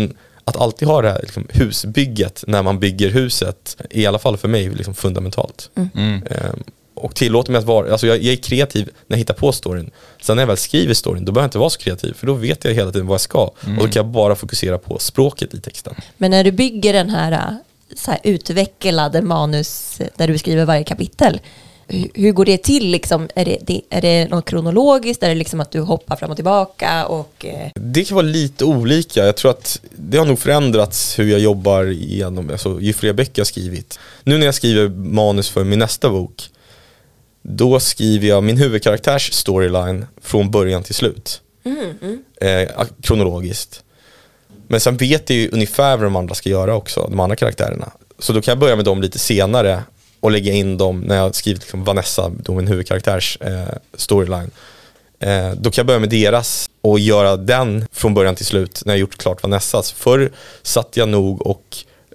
S1: att alltid ha det här liksom, husbygget när man bygger huset, i alla fall för mig, liksom fundamentalt. Och tillåter mig att vara, alltså jag är kreativ när jag hittar på storyn. Sen när jag väl skriver storyn, då behöver jag inte vara så kreativ, för då vet jag hela tiden vad jag ska. Och då kan jag bara fokusera på språket i texten.
S2: Men när du bygger den här, så här utvecklade manus där du skriver varje kapitel, hur går det till? Liksom? Är det något kronologiskt? Är det liksom att du hoppar fram och tillbaka?
S1: Det kan vara lite olika. Jag tror att det har nog förändrats hur jag jobbar igenom, alltså, ju fler böcker jag skrivit. Nu när jag skriver manus för min nästa bok, då skriver jag min huvudkaraktärs storyline från början till slut. Kronologiskt. Men sen vet jag ju ungefär vad de andra ska göra också, de andra karaktärerna. Så då kan jag börja med dem lite senare och lägga in dem när jag skrivit liksom Vanessa, då min huvudkaraktärs storyline. Då kan jag börja med deras och göra den från början till slut när jag gjort klart Vanessas. Förr satt jag nog och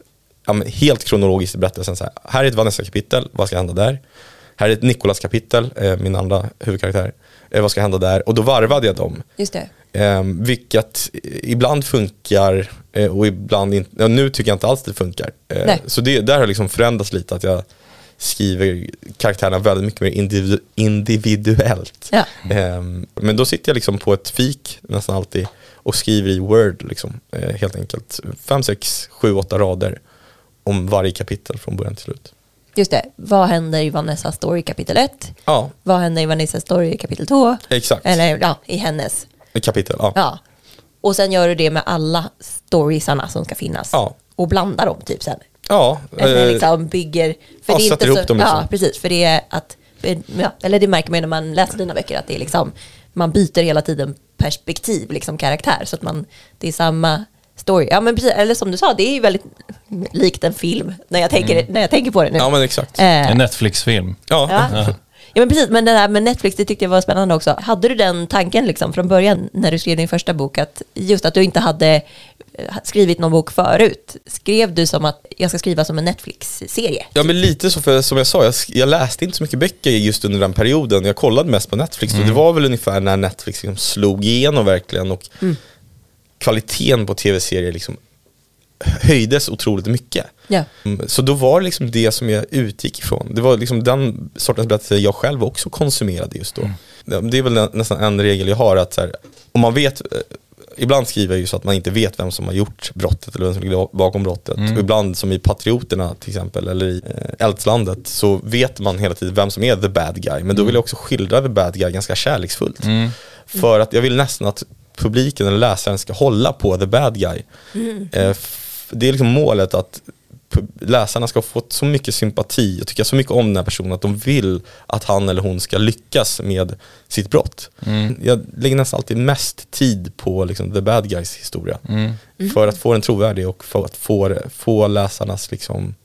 S1: helt kronologiskt i berättelsen så här är ett Vanessa-kapitel, vad ska hända där? Här är ett Nicolas-kapitel, min andra huvudkaraktär, vad ska hända där? Och då varvade jag dem.
S2: Just det.
S1: Vilket ibland funkar och ibland inte. Nu tycker jag inte alls det funkar. Så där har liksom förändrats lite, att jag skriver karaktärerna väldigt mycket mer individuellt.
S2: Ja.
S1: Men då sitter jag liksom på ett fik nästan alltid och skriver i Word liksom, helt enkelt 5, 6, 7, 8 rader om varje kapitel från början till slut.
S2: Just det. Vad händer i Vanessa story kapitel 1?
S1: Ja.
S2: Vad händer i Vanessa story kapitel 2?
S1: Exakt.
S2: Eller i hennes
S1: kapitel,
S2: ja. Och sen gör du det med alla storiesarna som ska finnas.
S1: Ja.
S2: Och blandar dem typ sen.
S1: Ja.
S2: Liksom bygger. För det är
S1: sätter
S2: inte
S1: ihop dem liksom.
S2: Ja, precis. För det är att, eller det märker man när man läser dina böcker, att det är liksom, man byter hela tiden perspektiv, liksom karaktär. Så att det är samma story. Ja, men precis, eller som du sa, det är ju väldigt likt en film när jag tänker på det nu.
S1: Ja, men exakt.
S3: En Netflix-film.
S1: Ja.
S2: Ja, men precis, men det där med Netflix, det tyckte jag var spännande också. Hade du den tanken liksom från början när du skrev din första bok, att just att du inte hade skrivit någon bok förut? Skrev du som att jag ska skriva som en Netflix-serie?
S1: Ja, men lite så, för som jag sa, jag läste inte så mycket böcker just under den perioden. Jag kollade mest på Netflix, och det var väl ungefär när Netflix liksom slog igenom verkligen, och kvaliteten på tv-serier liksom höjdes otroligt mycket.
S2: Ja.
S1: Så då var det liksom det som jag utgick ifrån. Det var liksom den sortens berättelse jag själv också konsumerade just då. Det är väl nästan en regel jag har, att så här, om man vet, ibland skriver jag ju så att man inte vet vem som har gjort brottet eller vem som ligger bakom brottet. Och ibland, som i Patrioterna till exempel, eller i Eldslandet, så vet man hela tiden vem som är the bad guy. Men då vill jag också skildra the bad guy ganska kärleksfullt. För att jag vill nästan att publiken eller läsaren ska hålla på the bad guy. Det är liksom målet, att läsarna ska få så mycket sympati och tycka så mycket om den här personen att de vill att han eller hon ska lyckas med sitt brott. Jag lägger nästan alltid mest tid på liksom the bad guys historia. För att få den trovärdig och för att få läsarnas liksom,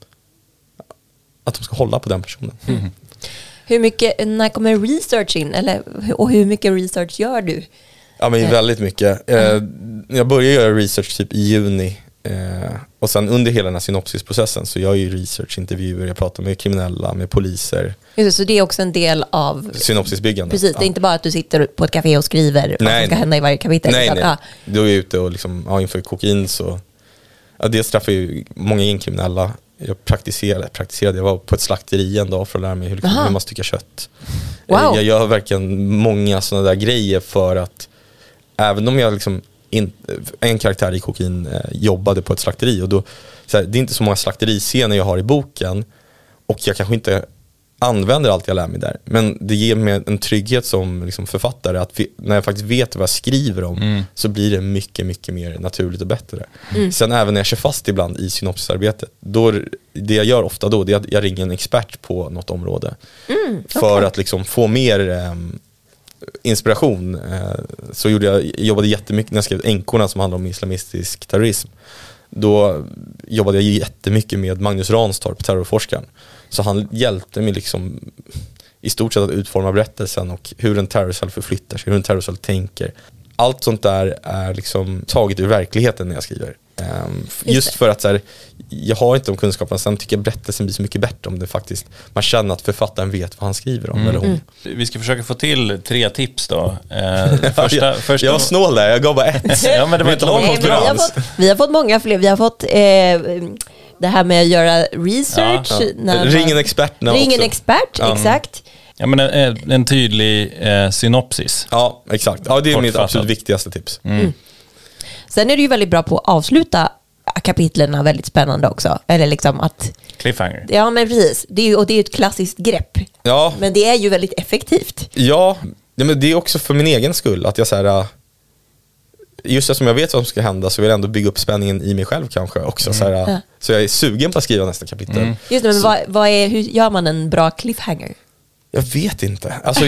S1: att de ska hålla på den personen.
S2: Hur mycket, när kommer research in? Och hur mycket research gör du?
S1: Ja, men väldigt mycket. Jag började göra research typ i juni. Och sen under hela den här synopsisprocessen så jag ju researchintervjuer, jag pratar med kriminella, med poliser.
S2: Just det, så det är också en del av
S1: synopsisbyggande.
S2: Precis, det är inte bara att du sitter på ett café och skriver vad som ska hända i varje kapitel.
S1: Nej. Då är jag ute och liksom, inför kokain så, det straffar ju många inkriminella. Jag praktiserade, jag var på ett slakteri en dag för att lära mig hur man styckar kött.
S2: Wow.
S1: Jag gör verkligen många sådana där grejer, för att även om jag liksom en karaktär i kokain jobbade på ett slakteri, och då, så här, det är inte så många slakteriscener jag har i boken, och jag kanske inte använder allt jag lär mig där, men det ger mig en trygghet som liksom författare, att när jag faktiskt vet vad jag skriver om, så blir det mycket, mycket mer naturligt och bättre. Sen även när jag kör fast ibland i synopsisarbetet, då, det jag gör ofta då, det är att jag ringer en expert på något område för att liksom få mer inspiration. Så jobbade jättemycket när jag skrev Änkorna, som handlar om islamistisk terrorism. Då jobbade jag jättemycket med Magnus Ranstorp, terrorforskaren. Så han hjälpte mig liksom i stort sett att utforma berättelsen och hur en terrorcell förflyttar sig, hur en terrorcell tänker. Allt sånt där är liksom taget ur verkligheten när jag skriver. Just för att så här, jag har inte de kunskaperna. Sen tycker jag berättelsen blir så mycket bättre om det faktiskt. Man känner att författaren vet vad han skriver om. Eller hon.
S3: Vi ska försöka få till 3 tips då. Första...
S1: Jag var snål där, jag gav bara 1.
S3: Ja, men det var inte långt konkurrens.
S2: Vi har fått många fler. Vi har fått det här med att göra research.
S1: Ring en expert.
S2: Ring en expert, exakt.
S3: Ja, men en tydlig synopsis.
S1: Ja, exakt. Ja, det är mitt
S3: Kortfattat.
S1: absolut viktigaste tips.
S2: Sen är det ju väldigt bra på att avsluta kapitlerna väldigt spännande också. Eller liksom att...
S3: Cliffhanger.
S2: Ja, men precis. Det är ju ett klassiskt grepp.
S1: Ja.
S2: Men det är ju väldigt effektivt.
S1: Ja, men det är också för min egen skull att jag så här, just eftersom jag vet vad som ska hända så vill jag ändå bygga upp spänningen i mig själv kanske också så här, så jag är sugen på att skriva nästa kapitel.
S2: Just det, men hur gör man en bra cliffhanger?
S1: Jag vet inte. Alltså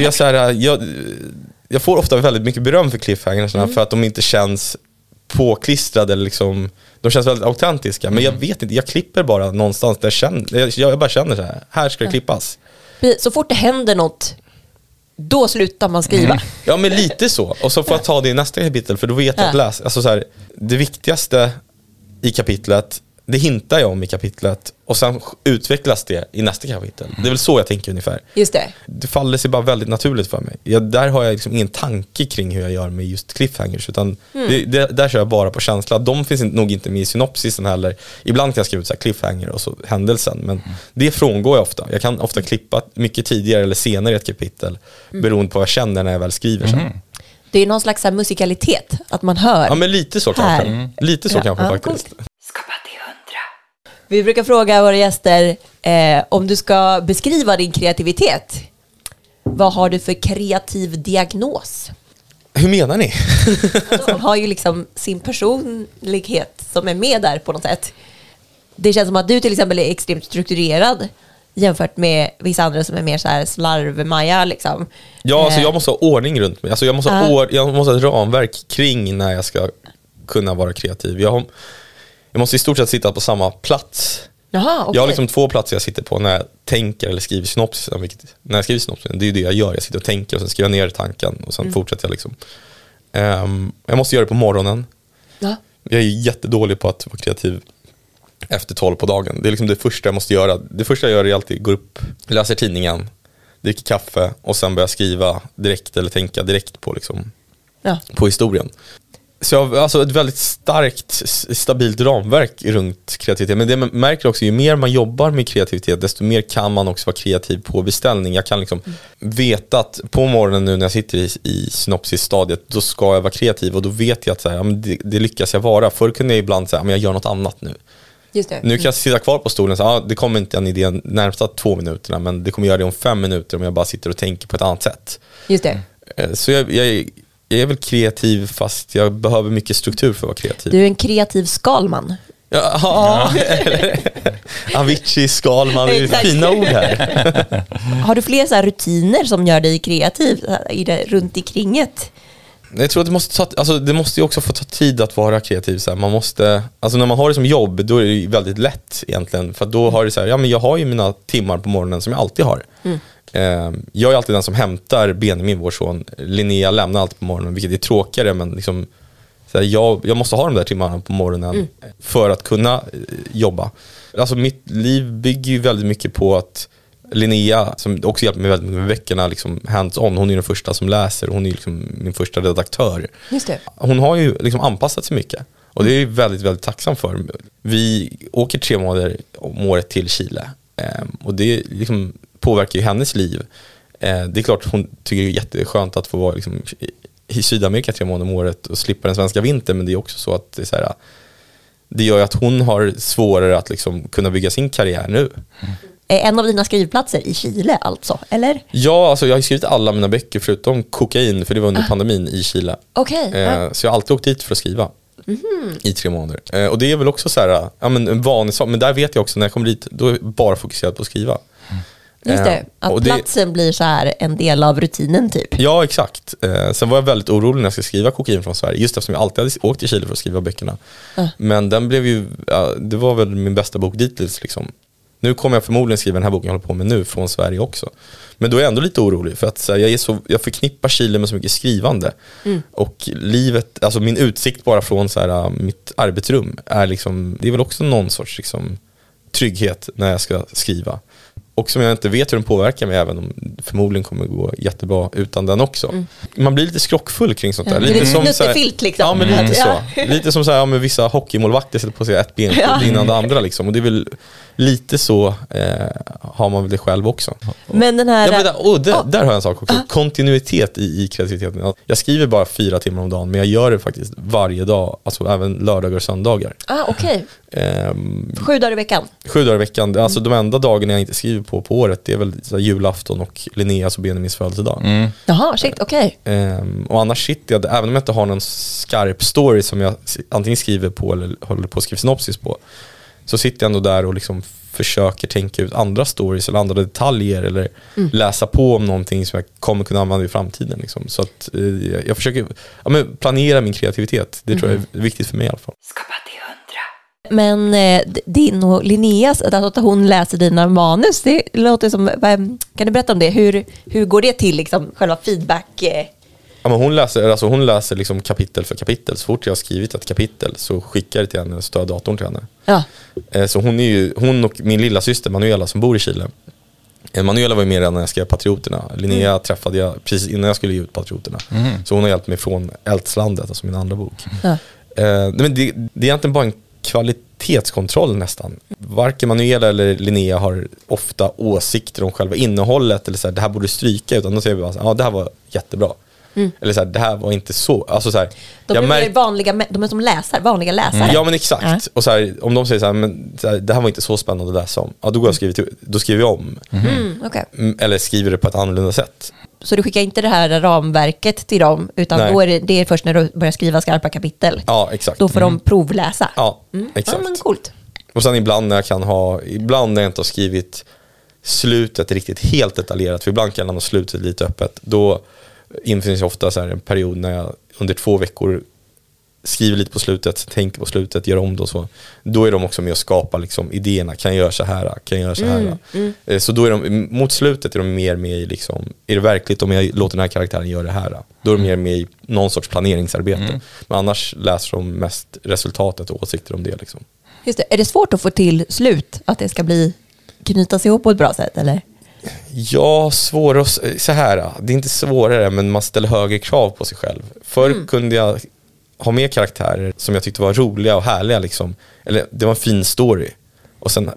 S1: jag får ofta väldigt mycket beröm för cliffhangersna för att de inte känns påklistrade eller liksom, de känns väldigt autentiska, men jag vet inte, jag klipper bara någonstans där jag bara känner här ska det klippas.
S2: Så fort det händer något, då slutar man skriva.
S1: Ja, men lite så. Och så får jag ta det i nästa kapitel, för då vet jag att läsa. Alltså så här, det viktigaste i kapitlet, det hintar jag om i kapitlet och sen utvecklas det i nästa kapitel. Det är väl så jag tänker ungefär.
S2: Just det.
S1: Det faller sig bara väldigt naturligt för mig. Där har jag liksom ingen tanke kring hur jag gör med just cliffhangers, utan där kör jag bara på känsla. De finns nog inte med i synopsisen heller. Ibland kan jag skriva ut så här cliffhanger och så händelsen, men det frångår jag ofta. Jag kan ofta klippa mycket tidigare eller senare i ett kapitel beroende på vad jag känner när jag väl skriver sen.
S2: Det är någon slags så här musikalitet, att man hör.
S1: Ja, men lite så
S2: här.
S1: kanske. Lite så kanske faktiskt.
S4: Skapa till 100.
S2: Vi brukar fråga våra gäster om du ska beskriva din kreativitet. Vad har du för kreativ diagnos?
S1: Hur menar ni?
S2: De har ju liksom sin personlighet som är med där på något sätt. Det känns som att du till exempel är extremt strukturerad jämfört med vissa andra som är mer så här slarvmaja liksom.
S1: Ja, alltså jag måste ha ordning runt mig. Alltså jag måste ha ett ramverk kring när jag ska kunna vara kreativ. Jag måste i stort sett sitta på samma plats.
S2: Jaha, okay.
S1: Jag har liksom 2 platser jag sitter på när jag tänker eller skriver synopsis. När jag skriver synopsis, det är ju det jag gör. Jag sitter och tänker och sen skriver jag ner tanken och sen fortsätter jag liksom. Jag måste göra det på morgonen.
S2: Ja.
S1: Jag är jättedålig på att vara kreativ efter 12 på dagen. Det är liksom det första jag måste göra. Det första jag gör är alltid gå upp, läser tidningen, dricker kaffe och sen börjar skriva direkt eller tänka direkt på liksom, på historien. Så jag har alltså ett väldigt starkt, stabilt ramverk runt kreativitet. Men det man märker också, ju mer man jobbar med kreativitet, desto mer kan man också vara kreativ på beställning. Jag kan liksom veta att på morgonen nu när jag sitter i synopsisstadiet, då ska jag vara kreativ och då vet jag att så här, ja, men det lyckas jag vara. Förr kunde jag ibland säga, men jag gör något annat nu. Just det. Nu kan jag sitta kvar på stolen och säga, det kommer inte en idé närmsta 2 minuterna, men det kommer göra det om 5 minuter om jag bara sitter och tänker på ett annat sätt.
S2: Just det.
S1: Så jag är väl kreativ fast jag behöver mycket struktur för att vara kreativ.
S2: Du är en kreativ Skalman.
S1: Ja. Avicii, Skalman, det är fina ord här.
S2: Har du fler så här rutiner som gör dig kreativ runt i kringet?
S1: Jag tror att det måste ju också få ta tid att vara kreativ. Så här. Man måste, alltså när man har det som jobb, då är det väldigt lätt egentligen. För då har det så här, ja men jag har ju mina timmar på morgonen som jag alltid har. Jag är alltid den som hämtar Benjamin, vår son. Linnea lämnar alltid på morgonen, vilket är tråkigare, men liksom, så här, jag måste ha de där timmarna på morgonen för att kunna jobba. Alltså mitt liv bygger ju väldigt mycket på att Linnea, som också hjälper mig väldigt mycket med veckorna, liksom hands-on, hon är den första som läser, hon är liksom min första redaktör. Just det. Hon har ju liksom anpassat sig mycket och det är väldigt, väldigt tacksam för. Vi åker 3 månader om året till Chile och det liksom påverkar ju hennes liv. Det är klart hon tycker det är jätteskönt att få vara liksom i Sydamerika 3 månader om året och slippa den svenska vintern, men det är också så att det är så här, det gör ju att hon har svårare att liksom kunna bygga sin karriär nu.
S2: En av dina skrivplatser i Chile alltså, eller?
S1: Ja, alltså jag har skrivit alla mina böcker förutom Kokain, för det var under pandemin i Chile. Så jag har alltid åkt dit för att skriva i 3 månader. Och det är väl också så här, ja, men en vanlig sak, men där vet jag också när jag kommer dit, då är jag bara fokuserad på att skriva.
S2: Just det, att platsen blir så här en del av rutinen typ.
S1: Ja, exakt. Sen var jag väldigt orolig när jag skulle skriva Kokain från Sverige, just eftersom jag alltid hade åkt till Chile för att skriva böckerna. Men den blev ju, det var väl min bästa bok dittills liksom. Nu kommer jag förmodligen skriva den här boken jag håller på med nu från Sverige också. Men då är jag ändå lite orolig för att så här, jag förknippar Chile med så mycket skrivande. Och livet, alltså min utsikt bara från så här, mitt arbetsrum är liksom, det är väl också någon sorts liksom, trygghet när jag ska skriva. Och som jag inte vet hur den påverkar mig, även om förmodligen kommer gå jättebra utan den också. Man blir lite skrockfull kring sånt där. Lite som
S2: snuttefilt liksom.
S1: Ja, men lite så. Lite som så här, med vissa hockeymålvakter sätter på sig ett ben innan det andra liksom. Och det är väl lite så har man väl det själv också.
S2: Men den här...
S1: där har jag en sak också. Kontinuitet i kreativiteten. Jag skriver bara 4 timmar om dagen, men jag gör det faktiskt varje dag. Alltså även lördagar och söndagar.
S2: Okej. 7 dagar i veckan?
S1: 7 dagar i veckan. Alltså de enda dagarna jag inte skriver på året, det är väl så här, julafton och Linneas och Benjamins födelsedag.
S2: Jaha, shit, okej.
S1: Och annars sitter jag, även om jag inte har någon skarp story som jag antingen skriver på eller håller på att skriva synopsis på, så sitter jag ändå där och liksom försöker tänka ut andra stories eller andra detaljer eller läsa på om någonting som jag kommer kunna använda i framtiden liksom. Så att jag försöker planera min kreativitet. Det tror jag är viktigt för mig i alla fall.
S4: Skapa till 100.
S2: Men din och Linneas, att hon läser dina manus, det låter som, kan du berätta om det? Hur går det till liksom, själva feedback?
S1: Ja, men hon läser liksom kapitel för kapitel. Så fort jag har skrivit ett kapitel så skickar jag det till henne och stör datorn till henne.
S2: Ja.
S1: Så hon och min lilla syster Manuela som bor i Chile. Manuela var ju med redan när jag skrev Patrioterna. Linnea träffade jag precis innan jag skulle ge ut Patrioterna. Så hon har hjälpt mig från Äldslandet, alltså min andra bok. Men det är egentligen bara en kvalitetskontroll nästan. Varken Manuela eller Linnea har ofta åsikter om själva innehållet eller så här, det här borde stryka, utan de säger bara ja, det här var jättebra. Eller så här, det här var inte så, alltså så här,
S2: de är som vanliga läsare.
S1: Ja, men exakt. Och så här, om de säger så här, men så här, det här var inte så spännande att läsa om, ja, då skriver jag om.
S2: Okay.
S1: Eller skriver det på ett annorlunda sätt.
S2: Så du skickar inte det här ramverket till dem, utan då är det först när du börjar skriva skarpa kapitel.
S1: Ja, exakt.
S2: Då får de provläsa.
S1: Ja, exakt.
S2: Ja, men coolt.
S1: Och sen ibland när jag inte har skrivit slutet riktigt helt detaljerat, för ibland kan jag lämna slutet lite öppet, då infinner sig ofta så här en period när jag under 2 veckor skriver lite på slutet, tänker på slutet, gör om det och så. Då är de också med och skapar liksom idéerna. Kan jag göra så här? Kan jag göra så här? Så då är de, mot slutet är de mer med i liksom, är det verkligt om jag låter den här karaktären göra det här? Då är de mer med i någon sorts planeringsarbete. Men annars läser de mest resultatet och åsikter om det liksom.
S2: Just det. Är det svårt att få till slut? Att det ska knytas ihop på ett bra sätt, eller?
S1: Ja, så här. Det är inte svårare, men man ställer högre krav på sig själv. Förr kunde jag ha mer karaktärer som jag tyckte var roliga och härliga liksom. Eller det var en fin story. Och sen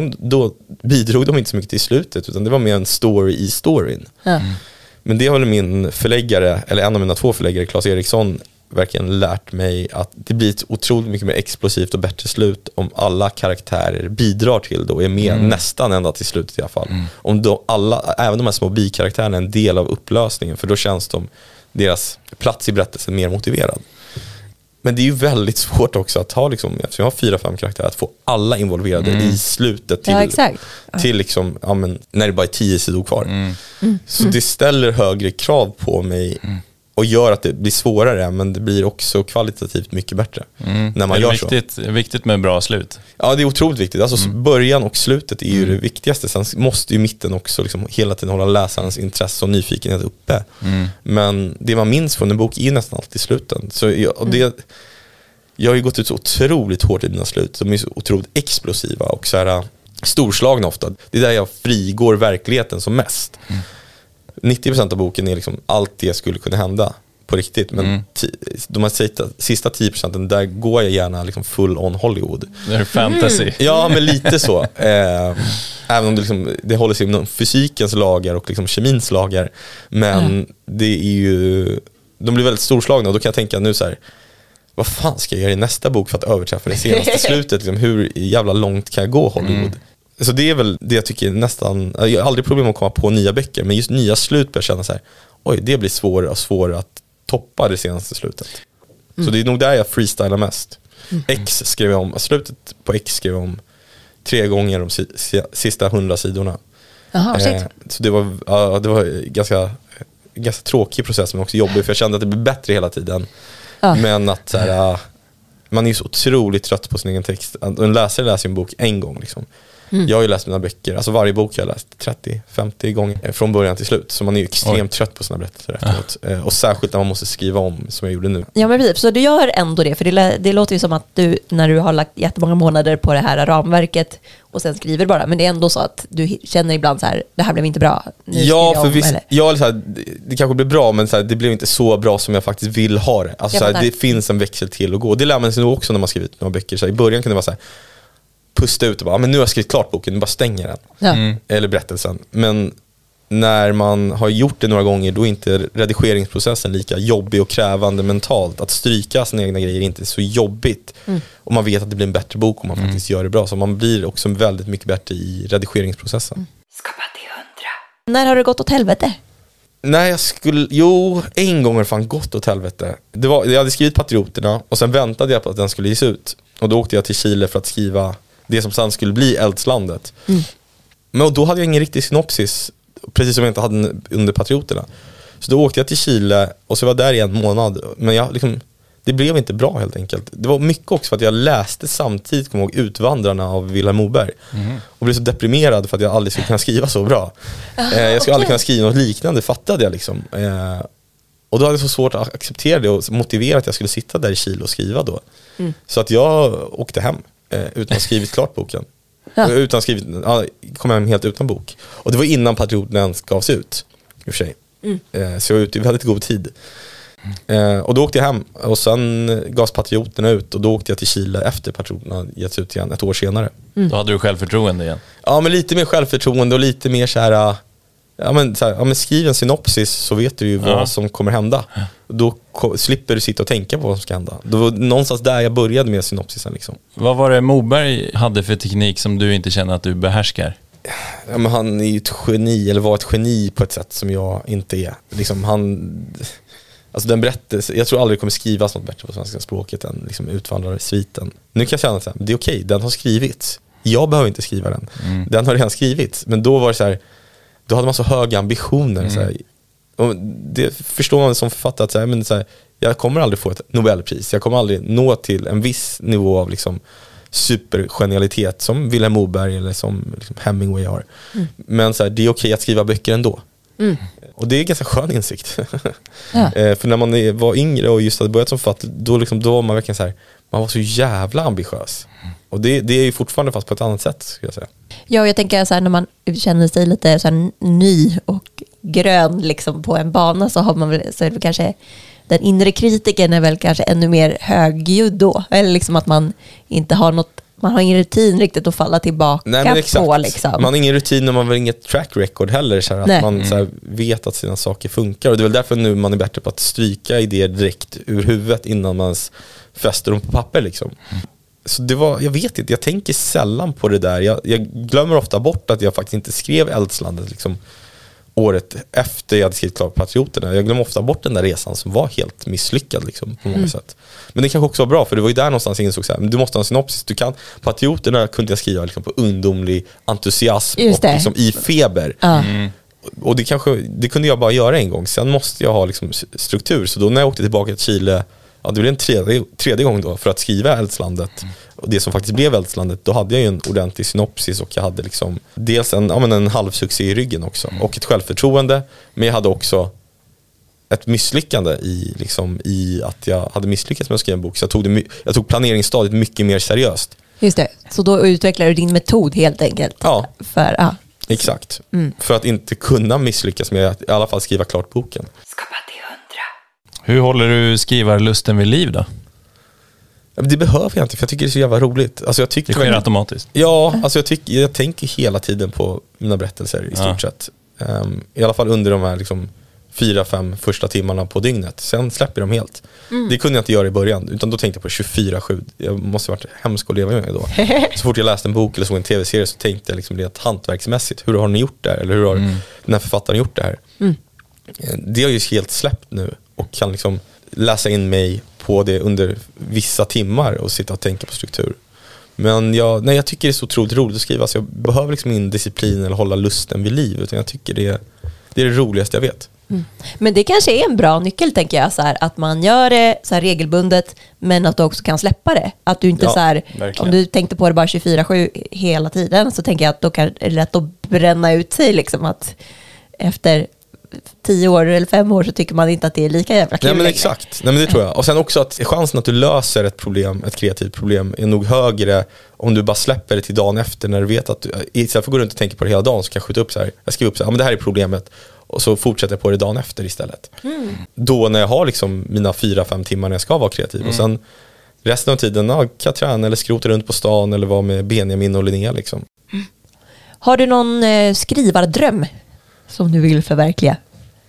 S1: bidrog de inte så mycket till slutet, utan det var mer en story i storyn. Men det har väl min förläggare, eller en av mina 2 förläggare, Claes Eriksson, verkligen lärt mig att det blir ett otroligt mycket mer explosivt och bättre slut om alla karaktärer bidrar till det och är med nästan ända till slutet i alla fall. Om även de här små bikaraktärerna är en del av upplösningen, för då känns deras plats i berättelsen mer motiverad. Men det är ju väldigt svårt också att ha liksom, eftersom jag har 4-5 karaktärer, att få alla involverade i slutet till liksom, ja, men, när det bara är 10 sidor kvar. Så det ställer högre krav på mig och gör att det blir svårare, men det blir också kvalitativt mycket bättre när man gör så. Det
S3: är viktigt med bra slut.
S1: Ja, det är otroligt viktigt. Alltså början och slutet är ju det viktigaste. Sen måste ju mitten också liksom hela tiden hålla läsarens intresse och nyfikenhet uppe. Men det man minns från en bok är ju nästan alltid sluten. Så jag har ju gått ut så otroligt hårt i dina slut. De är så otroligt explosiva och så här storslagna ofta. Det är där jag frigår verkligheten som mest. 90% av boken är liksom allt det skulle kunna hända på riktigt, men de här sista 10% där går jag gärna liksom full on Hollywood.
S3: Det är fantasy.
S1: Ja, men lite så. Även om det håller sig inom fysikens lagar och liksom kemins lagar, men det är ju, de blir väldigt storslagna, och då kan jag tänka nu så här: vad fan ska jag göra i nästa bok för att överträffa det senaste slutet? Liksom, hur jävla långt kan jag gå Hollywood? Så det är väl det jag tycker nästan, jag har aldrig problem att komma på nya böcker, men just nya slut börjar känna så här: oj, det blir svårare och svårare att toppa det senaste slutet. Så det är nog där jag freestylar mest. X skrev jag om, slutet på X skrev jag om 3 gånger de sista 100 sidorna.
S2: Aha, shit.
S1: Så det var ganska tråkig process, men också jobbig, för jag kände att det blev bättre hela tiden. Men att så här, man är ju så otroligt trött på sin egen text. En läsare läser en bok en gång liksom. Jag har ju läst mina böcker, alltså varje bok jag har läst 30-50 gånger från början till slut. Så man är ju extremt trött på sina berättelser efteråt. Och särskilt när man måste skriva om, som jag gjorde nu.
S2: Ja, men precis. Så du gör ändå det, för det låter ju som att du, när du har lagt jättemånga månader på det här ramverket och sen skriver bara, men det är ändå så att du känner ibland så här, det här blev inte bra.
S1: Ja, för visst, det kanske blir bra, men så här, det blev inte så bra som jag faktiskt vill ha det. Alltså, så här, det finns en växel till att gå. Det lär man sig nog också när man skrivit några böcker. Så här, i början kunde det vara så här, pusta ut och bara, men nu har jag skrivit klart boken, nu bara stänger den.
S2: Ja.
S1: Eller berättelsen. Men när man har gjort det några gånger, då är inte redigeringsprocessen lika jobbig och krävande mentalt. Att stryka sina egna grejer är inte så jobbigt. Och man vet att det blir en bättre bok om man faktiskt gör det bra. Så man blir också väldigt mycket bättre i redigeringsprocessen.
S4: Skapa till 100.
S2: När har det gått åt helvete?
S1: Nej, en gång har det fan gått åt helvete. Jag hade skrivit Patrioterna och sen väntade jag på att den skulle ges ut. Och då åkte jag till Chile för att skriva det som sen skulle bli Eldslandet. Men då hade jag ingen riktig synopsis, precis som jag inte hade under Patrioterna. Så då åkte jag till Chile och så var jag där i en månad. Men det blev inte bra helt enkelt. Det var mycket också för att jag läste samtidigt, kom ihåg, Utvandrarna av Vilhelm Moberg. Och blev så deprimerad för att jag aldrig skulle kunna skriva så bra. Jag skulle aldrig kunna skriva något liknande, fattade jag liksom. Och då hade jag så svårt att acceptera det och motivera att jag skulle sitta där i Chile och skriva då. Så att jag åkte hem utan att ha skrivit klart boken. Kom hem helt utan bok. Och det var innan Patrioterna ens gavs ut, i och för sig. Så jag var ute i väldigt god tid. Och då åkte jag hem och sen gavs Patrioterna ut och då åkte jag till Chile efter Patrioterna getts ut igen, ett år senare.
S3: Då hade du självförtroende igen.
S1: Ja, men lite mer självförtroende och lite mer så här. Men skriv en synopsis så vet du ju vad som kommer hända. Då slipper du sitta och tänka på vad som ska hända. Det var någonstans där jag började med synopsisen liksom.
S3: Vad var det Moberg hade för teknik som du inte känner att du behärskar?
S1: Ja, men han är ju ett geni, eller var ett geni på ett sätt som jag inte är. Liksom alltså den berättelse, jag tror aldrig det kommer skrivas något bättre på svenska språket än liksom Utvandrarsviten. Nu kan jag känna att det är okej, den har skrivits. Jag behöver inte skriva den. Den har redan skrivits. Men då var det så här, då hade man så höga ambitioner. Så här. Och det förstår man som författare att så här, men så här, jag kommer aldrig få ett Nobelpris. Jag kommer aldrig nå till en viss nivå av liksom supergenialitet som Vilhelm Moberg eller som liksom Hemingway har. Men så här, det är okej att skriva böcker ändå. Och det är ganska skön insikt. För när man var yngre och just hade börjat som författare, då var man verkligen så här, man var så jävla ambitiös. Och det är ju fortfarande fast på ett annat sätt, skulle jag säga.
S2: Ja, jag tänker så här, när man känner sig lite så här ny och grön liksom på en bana, så har man väl, så är det kanske den inre kritiken är väl kanske ännu mer högljudd då. Eller liksom att man inte har något, man har ingen rutin riktigt att falla tillbaka på liksom.
S1: Man har ingen rutin och man har inget track record heller, så här, att man så här, vet att sina saker funkar. Och det är väl därför nu man är bättre på att stryka idéer direkt ur huvudet innan man fäster dem på papper liksom. Så det var, jag vet inte, jag tänker sällan på det där. Jag glömmer ofta bort att jag faktiskt inte skrev Eldslandet liksom året efter jag hade skrivit klart Patrioterna. Jag glömmer ofta bort den där resan som var helt misslyckad liksom, på många sätt. Men det kanske också var bra, för det var ju där någonstans jag insåg så här, men du måste ha en synopsis. Patrioterna kunde jag skriva liksom, på ungdomlig entusiasm och liksom, i feber. Och det kunde jag bara göra en gång. Sen måste jag ha liksom, struktur. Så då när jag åkte tillbaka till Chile, det blev en tredje gång då för att skriva Eldslandet. Och det som faktiskt blev Eldslandet, då hade jag ju en ordentlig synopsis och jag hade liksom dels en halvsuccé i ryggen också och ett självförtroende, men jag hade också ett misslyckande i att jag hade misslyckats med att skriva en bok. Så jag tog planeringsstadiet mycket mer seriöst.
S2: Just det, så då utvecklar du din metod helt enkelt.
S1: Ja,
S2: exakt.
S1: För att inte kunna misslyckas med att i alla fall skriva klart boken.
S4: Skapa till 100.
S3: Hur håller du skrivarlusten vid liv då?
S1: Det behöver jag inte, för jag tycker det är så jävla roligt. Alltså, det
S3: sker automatiskt.
S1: Ja, alltså jag tänker hela tiden på mina berättelser i stort sett. I alla fall under de här liksom 4-5 första timmarna på dygnet. Sen släpper de helt. Det kunde jag inte göra i början, utan då tänkte jag på 24/7. Jag måste ha varit hemsk att leva med då. Så fort jag läste en bok eller såg en tv-serie så tänkte jag liksom rent hantverksmässigt. Hur har ni gjort det här? Eller hur har den här författaren gjort det här? Det har ju helt släppt nu och kan liksom läsa in mig på det under vissa timmar och sitta och tänka på struktur. Men jag tycker det är så otroligt roligt att skriva, så jag behöver liksom ingen disciplin eller hålla lusten vid liv, utan jag tycker det är det roligaste jag vet.
S2: Men det kanske är en bra nyckel, tänker jag, så här, att man gör det så här regelbundet, men att du också kan släppa det. Att du inte så här, om du tänkte på det bara 24/7 hela tiden, så tänker jag att då är det lätt att bränna ut sig, liksom, att efter 10 år eller 5 år så tycker man inte att det är lika jävla kul.
S1: Nej, men
S2: längre.
S1: exakt. Nej, men det tror jag. Och sen också att chansen att du löser ett problem, ett kreativt problem, är nog högre om du bara släpper det till dagen efter, när du vet att du, istället för att gå runt och tänka på det hela dagen, så kan jag skjuta upp så här. Jag skriver upp så här, men det här är problemet, och så fortsätter jag på det dagen efter istället. Då när jag har liksom mina 4-5 timmar när jag ska vara kreativ, och sen resten av tiden kan jag träna eller skrota runt på stan eller vara med Benjamin och Linnea liksom.
S2: Har du någon skrivardröm som du vill förverkliga?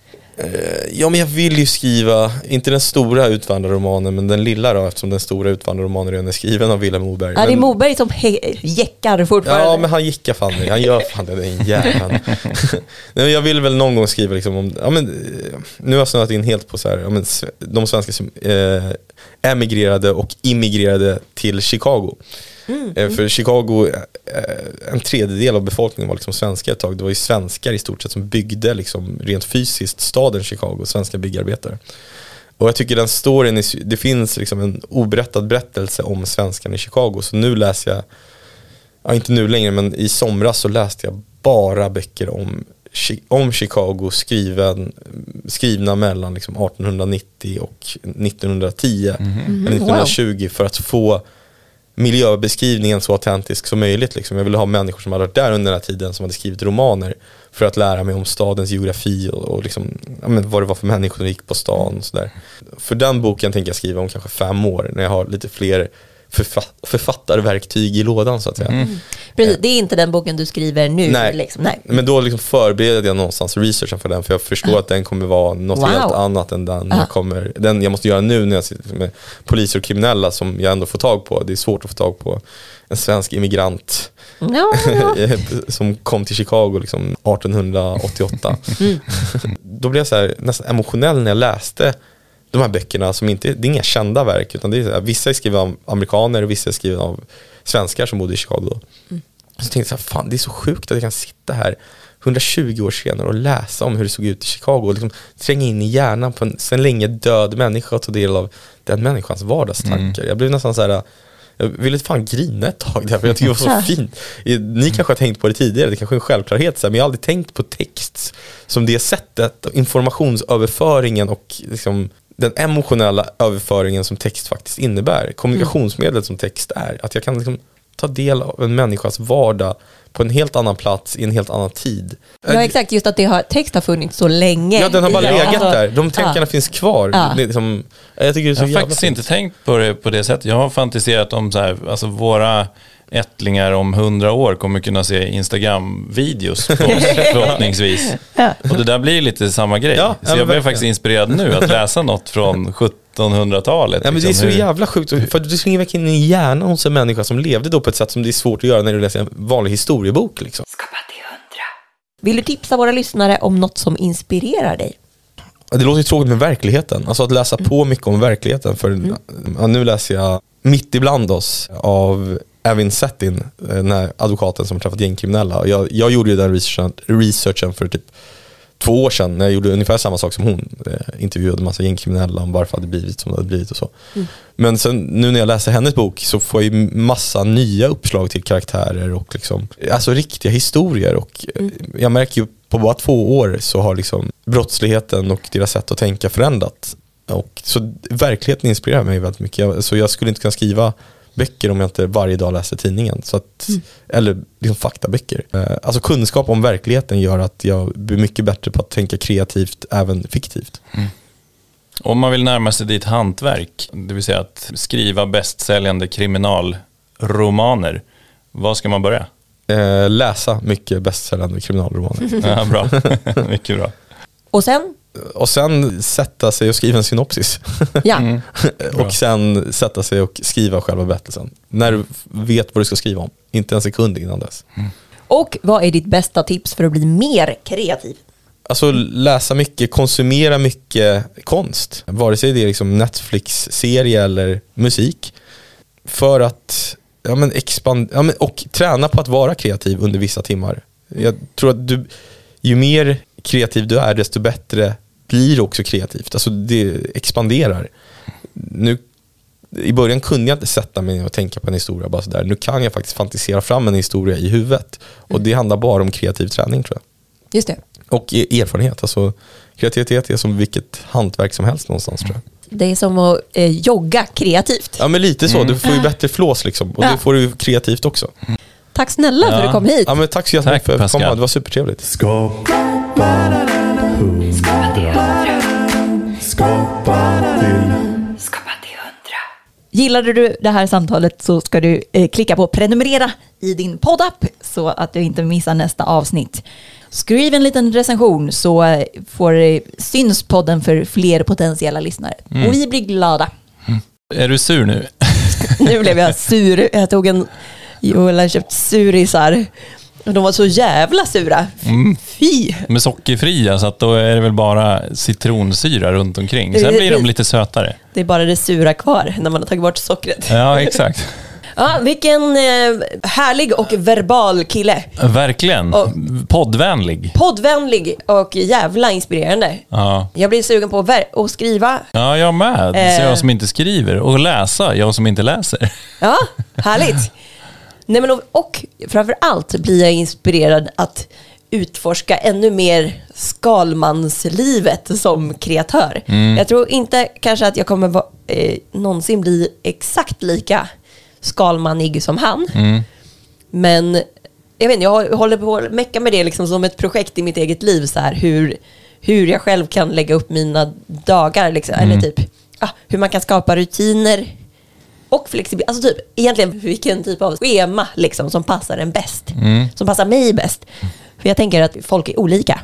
S1: Ja, men jag vill ju skriva, inte den stora utvandrarromanen, men den lilla då, eftersom den stora utvandrarromanen redan är skriven av Vilhelm Moberg.
S2: Ja, det är Moberg som jäckar fortfarande.
S1: Ja, men han gickar fan nu. Han gör fan det, den jäveln. Nej, jag vill väl någon gång skriva liksom om, ja, men nu har jag snöat in helt på så här, ja, men de svenska som emigrerade och immigrerade till Chicago. För Chicago, en tredjedel av befolkningen var liksom svenskar ett tag. Det var ju svenskar i stort sett som byggde liksom rent fysiskt staden Chicago, svenska byggarbetare. Och jag tycker den storyn, det finns liksom en oberättad berättelse om svenskan i Chicago. Så nu läser jag, ja, inte nu längre, men i somras så läste jag bara böcker om Chicago, skrivna mellan liksom 1890 och 1910 eller 1920, för att få miljöbeskrivningen så autentisk som möjligt liksom. Jag ville ha människor som hade varit där under den här tiden, som hade skrivit romaner, för att lära mig om stadens geografi och liksom, ja, men vad det var för människor som gick på stan och sådär. För den boken tänker jag skriva om kanske 5 år, när jag har lite fler författarverktyg i lådan, så att säga.
S2: Precis, det är inte den boken du skriver nu.
S1: Nej,
S2: liksom. Nej.
S1: Men då liksom förbereder jag någonstans researchen för den, för jag förstår att den kommer vara något helt annat än den jag måste göra nu när jag sitter med poliser och kriminella, som jag ändå får tag på. Det är svårt att få tag på en svensk immigrant som kom till Chicago liksom 1888. Då blev jag så här, nästan emotionell när jag läste de här böckerna, som inte, det är inga kända verk, utan det är så här, vissa är skrivna av amerikaner och vissa är skrivna av svenskar som bodde i Chicago. Så tänkte jag så här, fan, det är så sjukt att jag kan sitta här 120 år senare och läsa om hur det såg ut i Chicago och liksom tränga in i hjärnan på en sen länge död människa och ta del av den människans vardagstankar. Jag blev nästan så här, jag ville fan grina ett tag där, för jag tycker det var så fint. Ni kanske har tänkt på det tidigare, det kanske är en självklarhet, men jag har aldrig tänkt på text som det sättet, informationsöverföringen och liksom den emotionella överföringen som text faktiskt innebär. Kommunikationsmedlet som text är. Att jag kan liksom ta del av en människas vardag på en helt annan plats i en helt annan tid.
S2: Ja, exakt. Just att text har funnits så länge.
S1: Ja, den har bara legat där. De tänkarna finns kvar. Liksom, jag tycker det är så
S3: jag har faktiskt inte tänkt på det på det sättet. Jag har fantiserat om så här, alltså våra ättlingar om 100 år kommer kunna se Instagram-videos förhoppningsvis. Och det där blir lite samma grej. Ja, så jag blev faktiskt inspirerad nu att läsa något från 1700-talet.
S1: Ja, men det är så jävla sjukt. För du slänger väl in i hjärnan hos en människa som levde då på ett sätt som det är svårt att göra när du läser en vanlig historiebok. Liksom.
S4: Skapa till 100.
S2: Vill du tipsa våra lyssnare om något som inspirerar dig?
S1: Det låter ju tråkigt med verkligheten. Alltså att läsa på mycket om verkligheten. För nu läser jag Mitt ibland oss av Evin Settin, den här advokaten som träffat gängkriminella. Jag gjorde ju den researchen för typ 2 år sedan, när jag gjorde ungefär samma sak som hon. Intervjuade en massa gängkriminella om varför det hade blivit som det hade blivit och så. Men sen nu när jag läser hennes bok så får jag ju massa nya uppslag till karaktärer och liksom, alltså riktiga historier. Och jag märker ju på bara 2 år så har liksom brottsligheten och deras sätt att tänka förändrat. Och så verkligheten inspirerar mig väldigt mycket. Så jag skulle inte kunna skriva böcker om jag inte varje dag läser tidningen. Så att, eller liksom faktaböcker. Alltså kunskap om verkligheten gör att jag blir mycket bättre på att tänka kreativt, även fiktivt.
S3: Om man vill närma sig ditt hantverk, det vill säga att skriva bästsäljande kriminalromaner, vad ska man börja?
S1: Läsa mycket bästsäljande kriminalromaner.
S3: Ja, bra. Mycket bra.
S2: Och sen
S1: sätta sig och skriva en synopsis.
S2: Ja.
S1: Och sen sätta sig och skriva själva berättelsen. När du vet vad du ska skriva om. Inte en sekund innan dess.
S2: Och vad är ditt bästa tips för att bli mer kreativ?
S1: Alltså läsa mycket, konsumera mycket konst. Vare sig det är liksom Netflix-serie eller musik. För att och träna på att vara kreativ under vissa timmar. Jag tror att ju mer kreativ du är, desto bättre blir också kreativt. Alltså det expanderar. Nu, i början kunde jag inte sätta mig och tänka på en historia bara så där. Nu kan jag faktiskt fantisera fram en historia i huvudet. Och det handlar bara om kreativ träning, tror jag.
S2: Just det.
S1: Och erfarenhet. Alltså, kreativitet är som vilket hantverk som helst någonstans, tror jag.
S2: Det är som att jogga kreativt.
S1: Ja, men lite så. Du får ju bättre flås liksom. Och det får du kreativt också.
S2: Tack snälla för att du kom hit.
S1: Ja, men tack så jättemycket för att komma. Det var supertrevligt.
S4: Skapa till 100.
S2: Gillade du det här samtalet så ska du klicka på prenumerera i din poddapp så att du inte missar nästa avsnitt. Skriv en liten recension så syns podden för fler potentiella lyssnare. Och vi blir glada.
S3: Är du sur nu?
S2: Nu blev jag sur. Jag tog Joel har köpt surisar. Och de var så jävla sura. Fy.
S3: Med sockerfria, så att då är det väl bara citronsyra runt omkring. Sen blir de lite sötare.
S2: Det är bara det sura kvar när man har tagit bort sockret.
S3: Ja, exakt.
S2: Ja, vilken härlig och verbal kille.
S3: Verkligen.
S2: Och
S3: Poddvänlig
S2: och jävla inspirerande.
S3: Ja.
S2: Jag blir sugen på att skriva.
S3: Ja, jag med. Så jag som inte skriver. Och läsa, jag som inte läser.
S2: Ja, härligt. Nej, men och framförallt blir jag inspirerad att utforska ännu mer Skalmanslivet som kreatör. Jag tror inte kanske att jag kommer någonsin bli exakt lika Skalmanig som han. Men jag vet inte, jag håller på att mecka med det liksom som ett projekt i mitt eget liv, så här, hur jag själv kan lägga upp mina dagar liksom, eller typ hur man kan skapa rutiner och flexibilitet, alltså typ egentligen vilken typ av schema liksom som passar en bäst, som passar mig bäst. För jag tänker att folk är olika.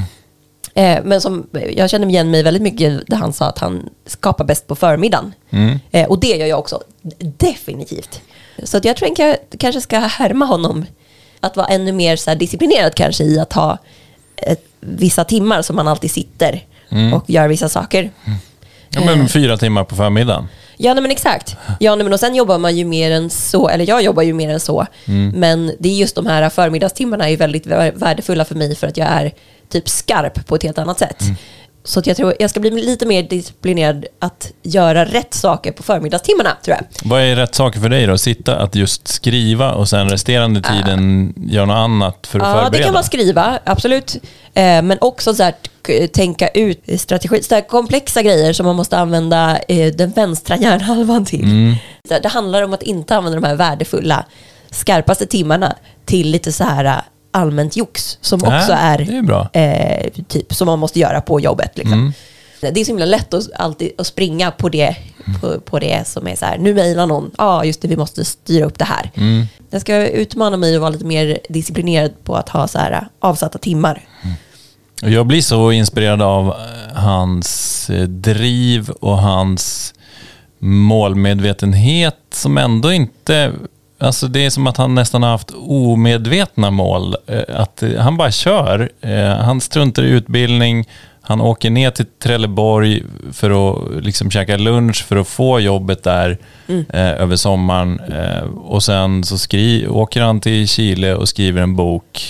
S2: Men som jag känner igen mig väldigt mycket där han sa att han skapar bäst på förmiddagen. Och det gör jag också definitivt. Så att jag tror att jag kanske ska härma honom att vara ännu mer så här disciplinerad kanske i att ha vissa timmar som man alltid sitter och gör vissa saker.
S3: Ja, men 4 timmar på förmiddagen.
S2: Ja, nej, men exakt. Ja, nej, men och sen jobbar man ju mer än så, eller jag jobbar ju mer än så. Men det är just de här förmiddagstimmarna är väldigt värdefulla för mig för att jag är typ skarp på ett helt annat sätt. Så att jag tror jag ska bli lite mer disciplinerad att göra rätt saker på förmiddagstimmarna, tror jag.
S3: Vad är rätt saker för dig då? Sitta att just skriva och sen resterande tiden göra något annat för att förbereda? Ja, det
S2: kan vara skriva, absolut. Men också så här, tänka ut strategi, så här komplexa grejer som man måste använda den vänstra hjärnhalvan till. Så här, det handlar om att inte använda de här värdefulla, skarpaste timmarna till lite så här allmänt jox som också är bra. Typ som man måste göra på jobbet liksom. Det är så himla lätt att springa på det på det som är så här, nu mejlar någon, just det, vi måste styra upp det här. Jag ska utmana mig och vara lite mer disciplinerad på att ha så här avsatta timmar.
S3: Jag blir så inspirerad av hans driv och hans målmedvetenhet som ändå inte... Alltså det är som att han nästan har haft omedvetna mål. Att han bara kör. Han struntar i utbildning. Han åker ner till Trelleborg för att liksom käka lunch för att få jobbet där över sommaren. Och sen så åker han till Chile och skriver en bok.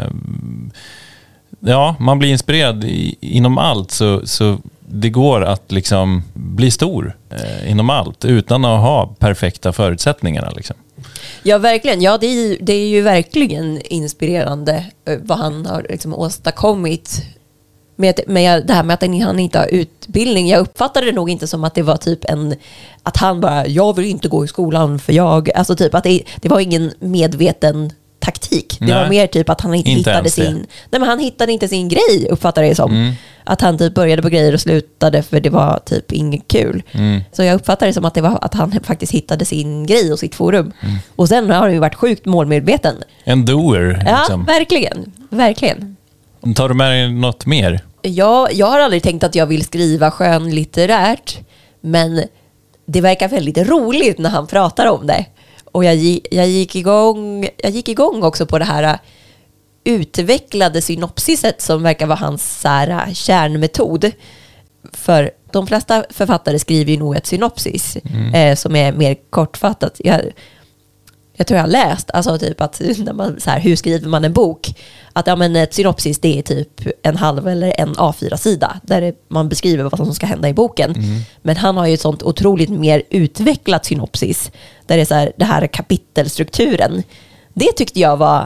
S3: Ja, man blir inspirerad inom allt, så det går att liksom bli stor inom allt utan att ha perfekta förutsättningar liksom. Ja,
S2: verkligen. Ja, det är ju verkligen inspirerande vad han har liksom åstadkommit med det här med att han inte har utbildning. Jag uppfattade det nog inte som att det var typ att han bara, jag vill inte gå i skolan för alltså typ att det var ingen medveten taktik. Det var mer typ att han inte hittade han hittade inte sin grej, uppfattade det som. Att han typ började på grejer och slutade för det var typ inget kul. Så jag uppfattade det som att det var att han faktiskt hittade sin grej och sitt forum. Och sen har han ju varit sjukt målmedveten.
S3: En doer.
S2: Ja,
S3: liksom.
S2: Verkligen.
S3: Tar du med dig något mer?
S2: Ja, jag har aldrig tänkt att jag vill skriva skönlitterärt, men det verkar väldigt roligt när han pratar om det. Och jag gick igång också på det här utvecklade synopsiset som verkar vara hans kärnmetod. För de flesta författare skriver ju nog ett synopsis som är mer kortfattat. jag tror jag har läst, alltså typ att när man, så här, hur skriver man en bok? Att ja, men ett synopsis, det är typ en halv eller en A4-sida där man beskriver vad som ska hända i boken. Men han har ju ett sånt otroligt mer utvecklat synopsis där det är så här, det här kapitelstrukturen. Det tyckte jag var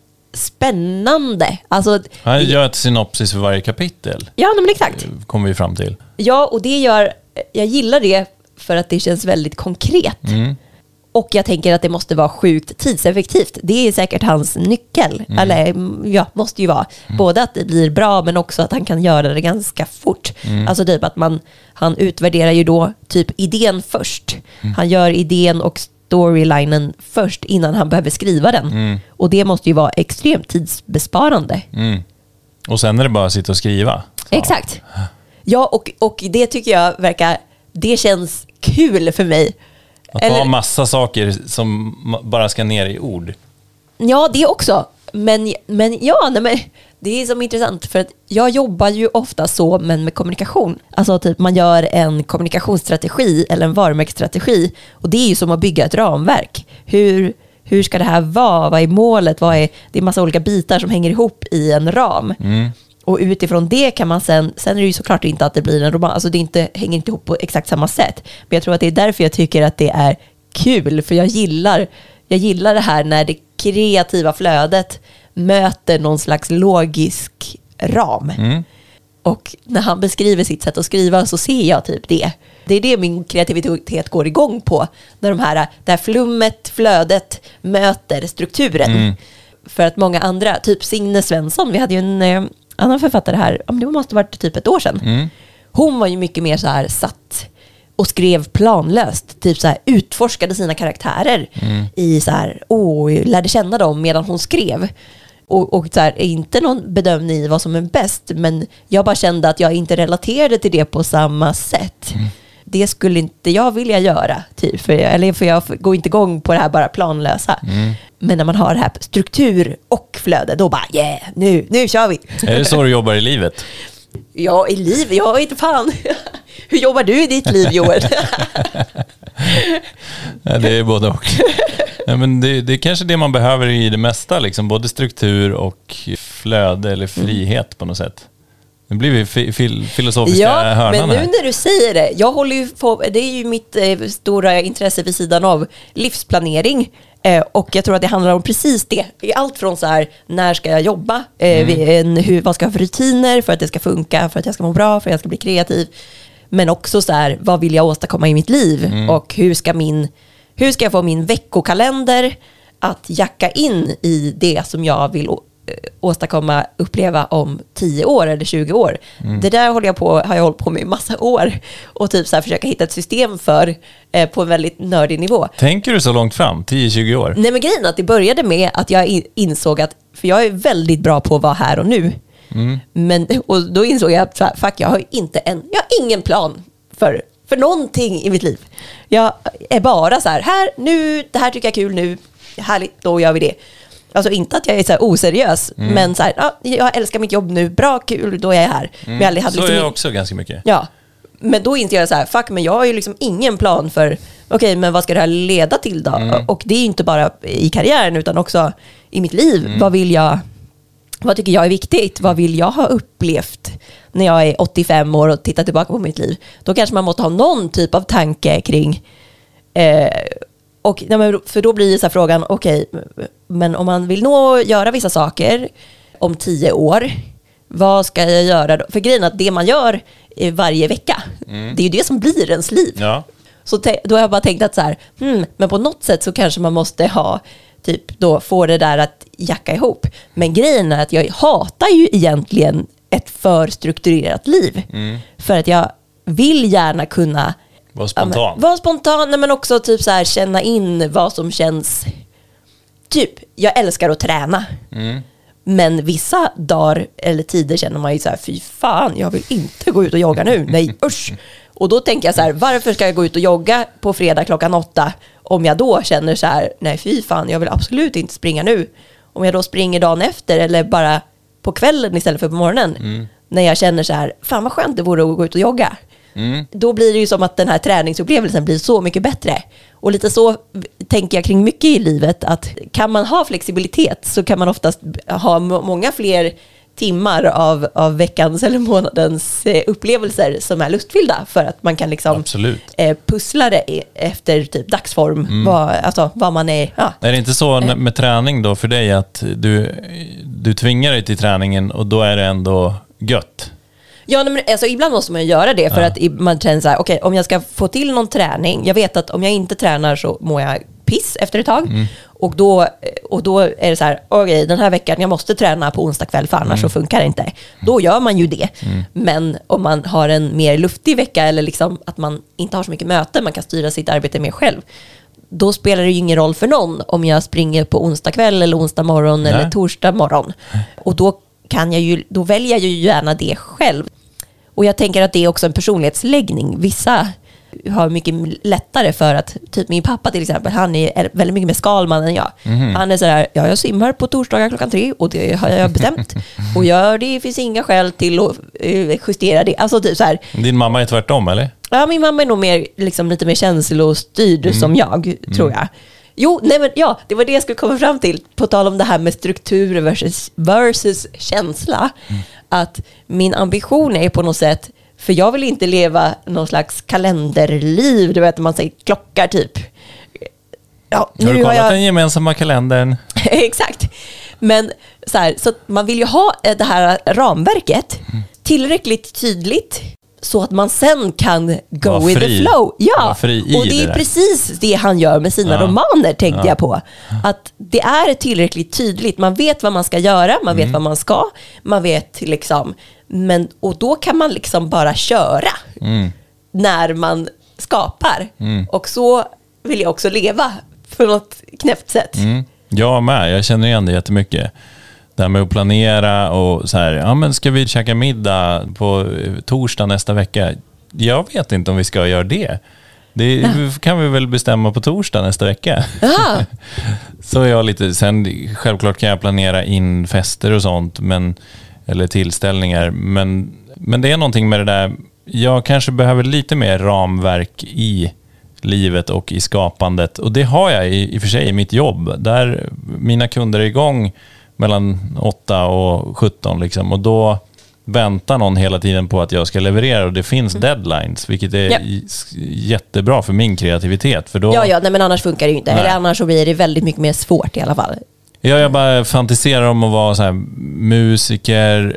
S2: spännande. Alltså,
S3: Han gör ett synopsis för varje kapitel.
S2: ja, men exakt.
S3: Kommer vi fram till.
S2: Ja, och det gör, jag gillar det för att det känns väldigt konkret. Och jag tänker att det måste vara sjukt tidseffektivt. Det är säkert hans nyckel. Eller ja, måste ju vara. Både att det blir bra men också att han kan göra det ganska fort. Alltså typ att han utvärderar ju då typ idén först. Han gör idén och storylinen först innan han behöver skriva den. Och det måste ju vara extremt tidsbesparande.
S3: Och sen är det bara att sitta och skriva. Så.
S2: Exakt. Ja, och det tycker jag verkar, det känns kul för mig.
S3: Att ha massa saker som bara ska ner i ord.
S2: Ja, det också. Men ja, nej, men det är som intressant för att jag jobbar ju ofta så, men med kommunikation. Alltså typ man gör en kommunikationsstrategi eller en varumärkesstrategi och det är ju som att bygga ett ramverk. Hur ska det här vara? Vad är målet? Det är massa olika bitar som hänger ihop i en ram. Och utifrån det kan man sen är det ju såklart inte att det blir en roman, alltså det hänger inte ihop på exakt samma sätt. Men jag tror att det är därför jag tycker att det är kul, för jag gillar det här när det kreativa flödet möter någon slags logisk ram. Och när han beskriver sitt sätt att skriva så ser jag typ det. Det är det min kreativitet går igång på. När det här flummet, flödet möter strukturen. För att många andra, typ Signe Svensson, vi hade ju en annan författare här, det måste ha varit typ ett år sedan. Hon var ju mycket mer så här satt och skrev planlöst, typ så här utforskade sina karaktärer i så här, lärde känna dem medan hon skrev. Och så här, inte någon bedömning i vad som är bäst, men jag bara kände att jag inte relaterade till det på samma sätt. Det skulle inte jag vilja göra, typ, för jag går inte igång på det här bara planlösa. Men när man har det här struktur och flöde, då bara nu kör vi.
S3: Är det så du jobbar i livet?
S2: Ja, i livet, jag inte fan. Hur jobbar du i ditt liv, Joel?
S3: Ja, det är både och. Ja, men det är kanske det man behöver i det mesta, liksom, både struktur och flöde eller frihet på något sätt. Nu blir vi filosofiska hörnan
S2: men nu
S3: här.
S2: när du säger det, jag håller ju på, det är ju mitt stora intresse vid sidan av livsplanering. Och jag tror att det handlar om precis det. Allt från så här, när ska jag jobba? Vad ska jag ha för rutiner för att det ska funka? För att jag ska må bra? För att jag ska bli kreativ? Men också så här, vad vill jag åstadkomma i mitt liv? Och hur ska jag få min veckokalender att jacka in i det som jag vill uppleva om 10 år eller 20 år. Det där har jag hållit på med i massa år och typ så här försöka hitta ett system för på en väldigt nördig nivå.
S3: Tänker du så långt fram? 10-20 år?
S2: Nej, men grejen är att det började med att jag insåg att, för jag är väldigt bra på att vara här och nu. Och då insåg jag att fuck, jag har ingen plan för någonting i mitt liv. Jag är bara så här nu, det här tycker jag är kul nu, härligt, då gör vi det. Alltså inte att jag är så här oseriös, men så här, jag älskar mitt jobb nu, bra, kul, då är jag här. Men jag hade
S3: så är jag också ganska mycket.
S2: Ja, men då inser jag så här, fuck, men jag har ju liksom ingen plan för, okej, men vad ska det här leda till då? Och det är ju inte bara i karriären utan också i mitt liv. Vad tycker jag är viktigt? Vad vill jag ha upplevt när jag är 85 år och tittar tillbaka på mitt liv? Då kanske man måste ha någon typ av tanke kring för då blir det så här frågan, okej, men om man vill göra vissa saker om 10 år, vad ska jag göra då? För grejen är att det man gör varje vecka, det är ju det som blir ens liv.
S3: Ja.
S2: Så då har jag bara tänkt att så här, men på något sätt så kanske man måste ha typ då få det där att jacka ihop. Men grejen är att jag hatar ju egentligen ett för strukturerat liv. För att jag vill gärna kunna vara spontan, men också typ så här, känna in vad som känns. Typ, jag älskar att träna. Men vissa dagar eller tider känner man ju så här, fy fan, jag vill inte gå ut och jogga nu. Nej, usch. Och då tänker jag så här, varför ska jag gå ut och jogga på fredag klockan 8 om jag då känner så här, nej fy fan, jag vill absolut inte springa nu. Om jag då springer dagen efter eller bara på kvällen istället för på morgonen. När jag känner så här, fan vad skönt det vore att gå ut och jogga. då blir det ju som att den här träningsupplevelsen blir så mycket bättre. Och lite så tänker jag kring mycket i livet, att kan man ha flexibilitet så kan man oftast ha många fler timmar av veckans eller månadens upplevelser som är lustfyllda, för att man kan liksom pussla det efter typ dagsform, vad man är. Ja.
S3: Är det inte så med träning då för dig att du tvingar dig till träningen och då är det ändå gött?
S2: Ja, men alltså, ibland måste man göra det för att man känner så här, okej, om jag ska få till någon träning, jag vet att om jag inte tränar så mår jag piss efter ett tag. Och då är det så här, okej, den här veckan jag måste träna på onsdag kväll för annars så funkar det inte. Då gör man ju det. Men om man har en mer luftig vecka eller liksom att man inte har så mycket möten, man kan styra sitt arbete mer själv, då spelar det ju ingen roll för någon om jag springer på onsdag kväll eller onsdag morgon eller torsdag morgon. Och då väljer jag ju gärna det själv. Och jag tänker att det är också en personlighetsläggning. Vissa har mycket lättare för att, typ min pappa till exempel, han är väldigt mycket mer skalman än jag. Han är sådär, jag simmar på torsdagar 3:00 och det har jag bestämt. Och det finns inga skäl till att justera det. Alltså typ så här.
S3: Din mamma är tvärtom, eller?
S2: Ja, min mamma är nog mer, liksom, lite mer känslostyrd som jag, tror jag. Jo, det var det jag skulle komma fram till. På tal om det här med struktur versus känsla. Att min ambition är på något sätt, för jag vill inte leva någon slags kalenderliv. Du vet, man säger klockar typ. Ja,
S3: har du kollat den gemensamma kalendern?
S2: Exakt. Men så att man vill ju ha det här ramverket tillräckligt tydligt så att man sen kan go with the flow. Ja, och det är precis det han gör med sina romaner, tänkte jag på. Att det är tillräckligt tydligt. Man vet vad man ska göra, man vet vad man ska, man vet liksom, och då kan man liksom bara köra när man skapar. Och så vill jag också leva på något knäppt sätt.
S3: Jag med, jag känner igen det jättemycket. Det här med att planera och så här, men ska vi käka middag på torsdag nästa vecka? Jag vet inte om vi ska göra det. Det kan vi väl bestämma på torsdag nästa vecka. Så jag lite, sen självklart kan jag planera in fester och sånt, eller tillställningar, men det är någonting med det där. Jag kanske behöver lite mer ramverk i livet och i skapandet, och det har jag i och för sig i mitt jobb, där mina kunder är igång mellan 8 och 17 liksom, och då väntar någon hela tiden på att jag ska leverera, och det finns deadlines, vilket är jättebra för min kreativitet, för då...
S2: nej, men annars funkar det ju inte. Eller annars så blir det väldigt mycket mer svårt i alla fall.
S3: Jag bara fantiserar om att vara så här musiker,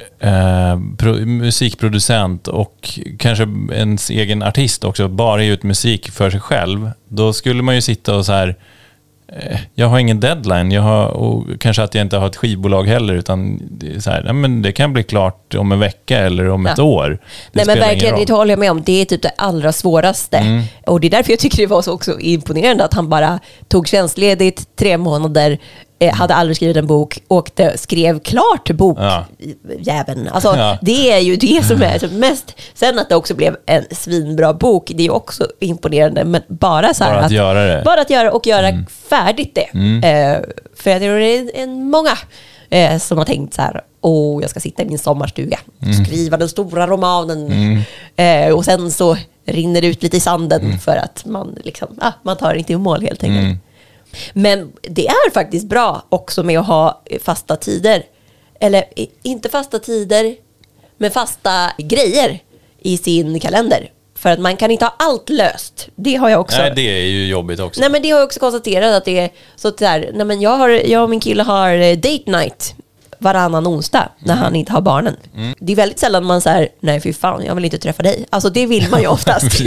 S3: musikproducent och kanske ens egen artist också, bara ge ut musik för sig själv. Då skulle man ju sitta och så här, jag har ingen deadline, och kanske att jag inte har ett skivbolag heller, utan det är så här, men det kan bli klart om en vecka eller om ett år.
S2: Nej, men verkligen, det håller jag med om. Det är typ det allra svåraste. Och det är därför jag tycker det var så också imponerande att han bara tog tjänstledigt 3 månader, hade aldrig skrivit en bok, skrev klart bokjäveln. Alltså, det är ju det som är mest. Sen att det också blev en svinbra bok, det är ju också imponerande, men bara så här bara att göra och göra färdigt det. För jag tror det är många som har tänkt så här, jag ska sitta i min sommarstuga och skriva den stora romanen, och sen så rinner det ut lite i sanden för att man liksom, man tar inte i mål helt enkelt. Men det är faktiskt bra också med att ha fasta tider. Eller inte fasta tider, men fasta grejer i sin kalender. För att man kan inte ha allt löst. Det har jag också.
S3: Nej, det är ju jobbigt också.
S2: Nej, men det har jag också konstaterat att det är så där. Nej, men jag och min kille har date night varannan onsdag när han inte har barnen. Det är väldigt sällan man säger, nej fy fan, jag vill inte träffa dig. Alltså det vill man ju oftast.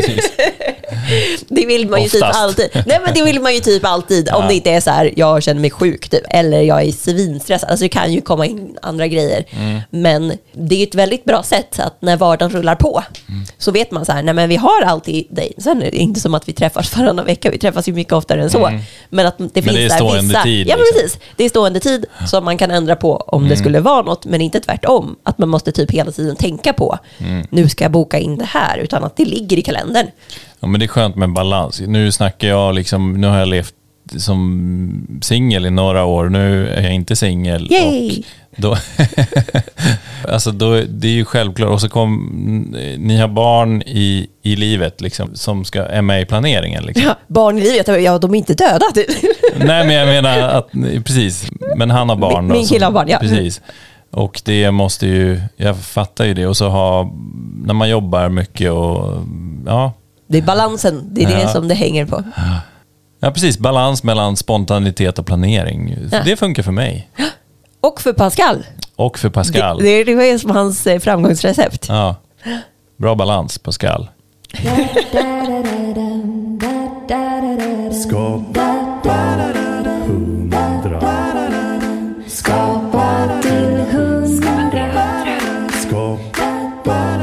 S2: Det vill man ju typ alltid. Nej, men det vill man ju typ alltid. Om det inte är så här, jag känner mig sjuk typ, eller jag är svinstressad. Alltså det kan ju komma in andra grejer. Men det är ett väldigt bra sätt att när vardagen rullar på så vet man så här, nej men vi har alltid dig. Sen är det inte som att vi träffas varannan vecka. Vi träffas ju mycket oftare än så. Men att det finns
S3: är
S2: där vissa
S3: tid,
S2: ja, men precis. Det är stående tid som man kan ändra på om det skulle vara något, men inte tvärtom. Att man måste typ hela tiden tänka på nu ska jag boka in det här, utan att det ligger i kalendern.
S3: Ja, men det är skönt med balans. Nu snackar jag liksom, nu har jag levt som singel i några år. Nu är jag inte singel.
S2: Yay!
S3: Och då, alltså då, det är ju självklart. Och så ni har barn i livet liksom, som är med i planeringen. Liksom.
S2: Ja, barn i livet, ja, de är inte döda.
S3: Nej, men jag menar att, precis. Men han har barn.
S2: Min kille har barn, ja.
S3: Precis. Och det måste ju, jag fattar ju det. Och så när man jobbar mycket och ja.
S2: Det är balansen, det är det som det hänger på.
S3: Ja, precis. Balans mellan spontanitet och planering.
S2: Ja.
S3: Det funkar för mig.
S2: Och för Pascal.
S3: Och för Pascal.
S2: Det var ju som hans framgångsrecept.
S3: Ja. Bra balans, Pascal.
S4: Skapa till 100.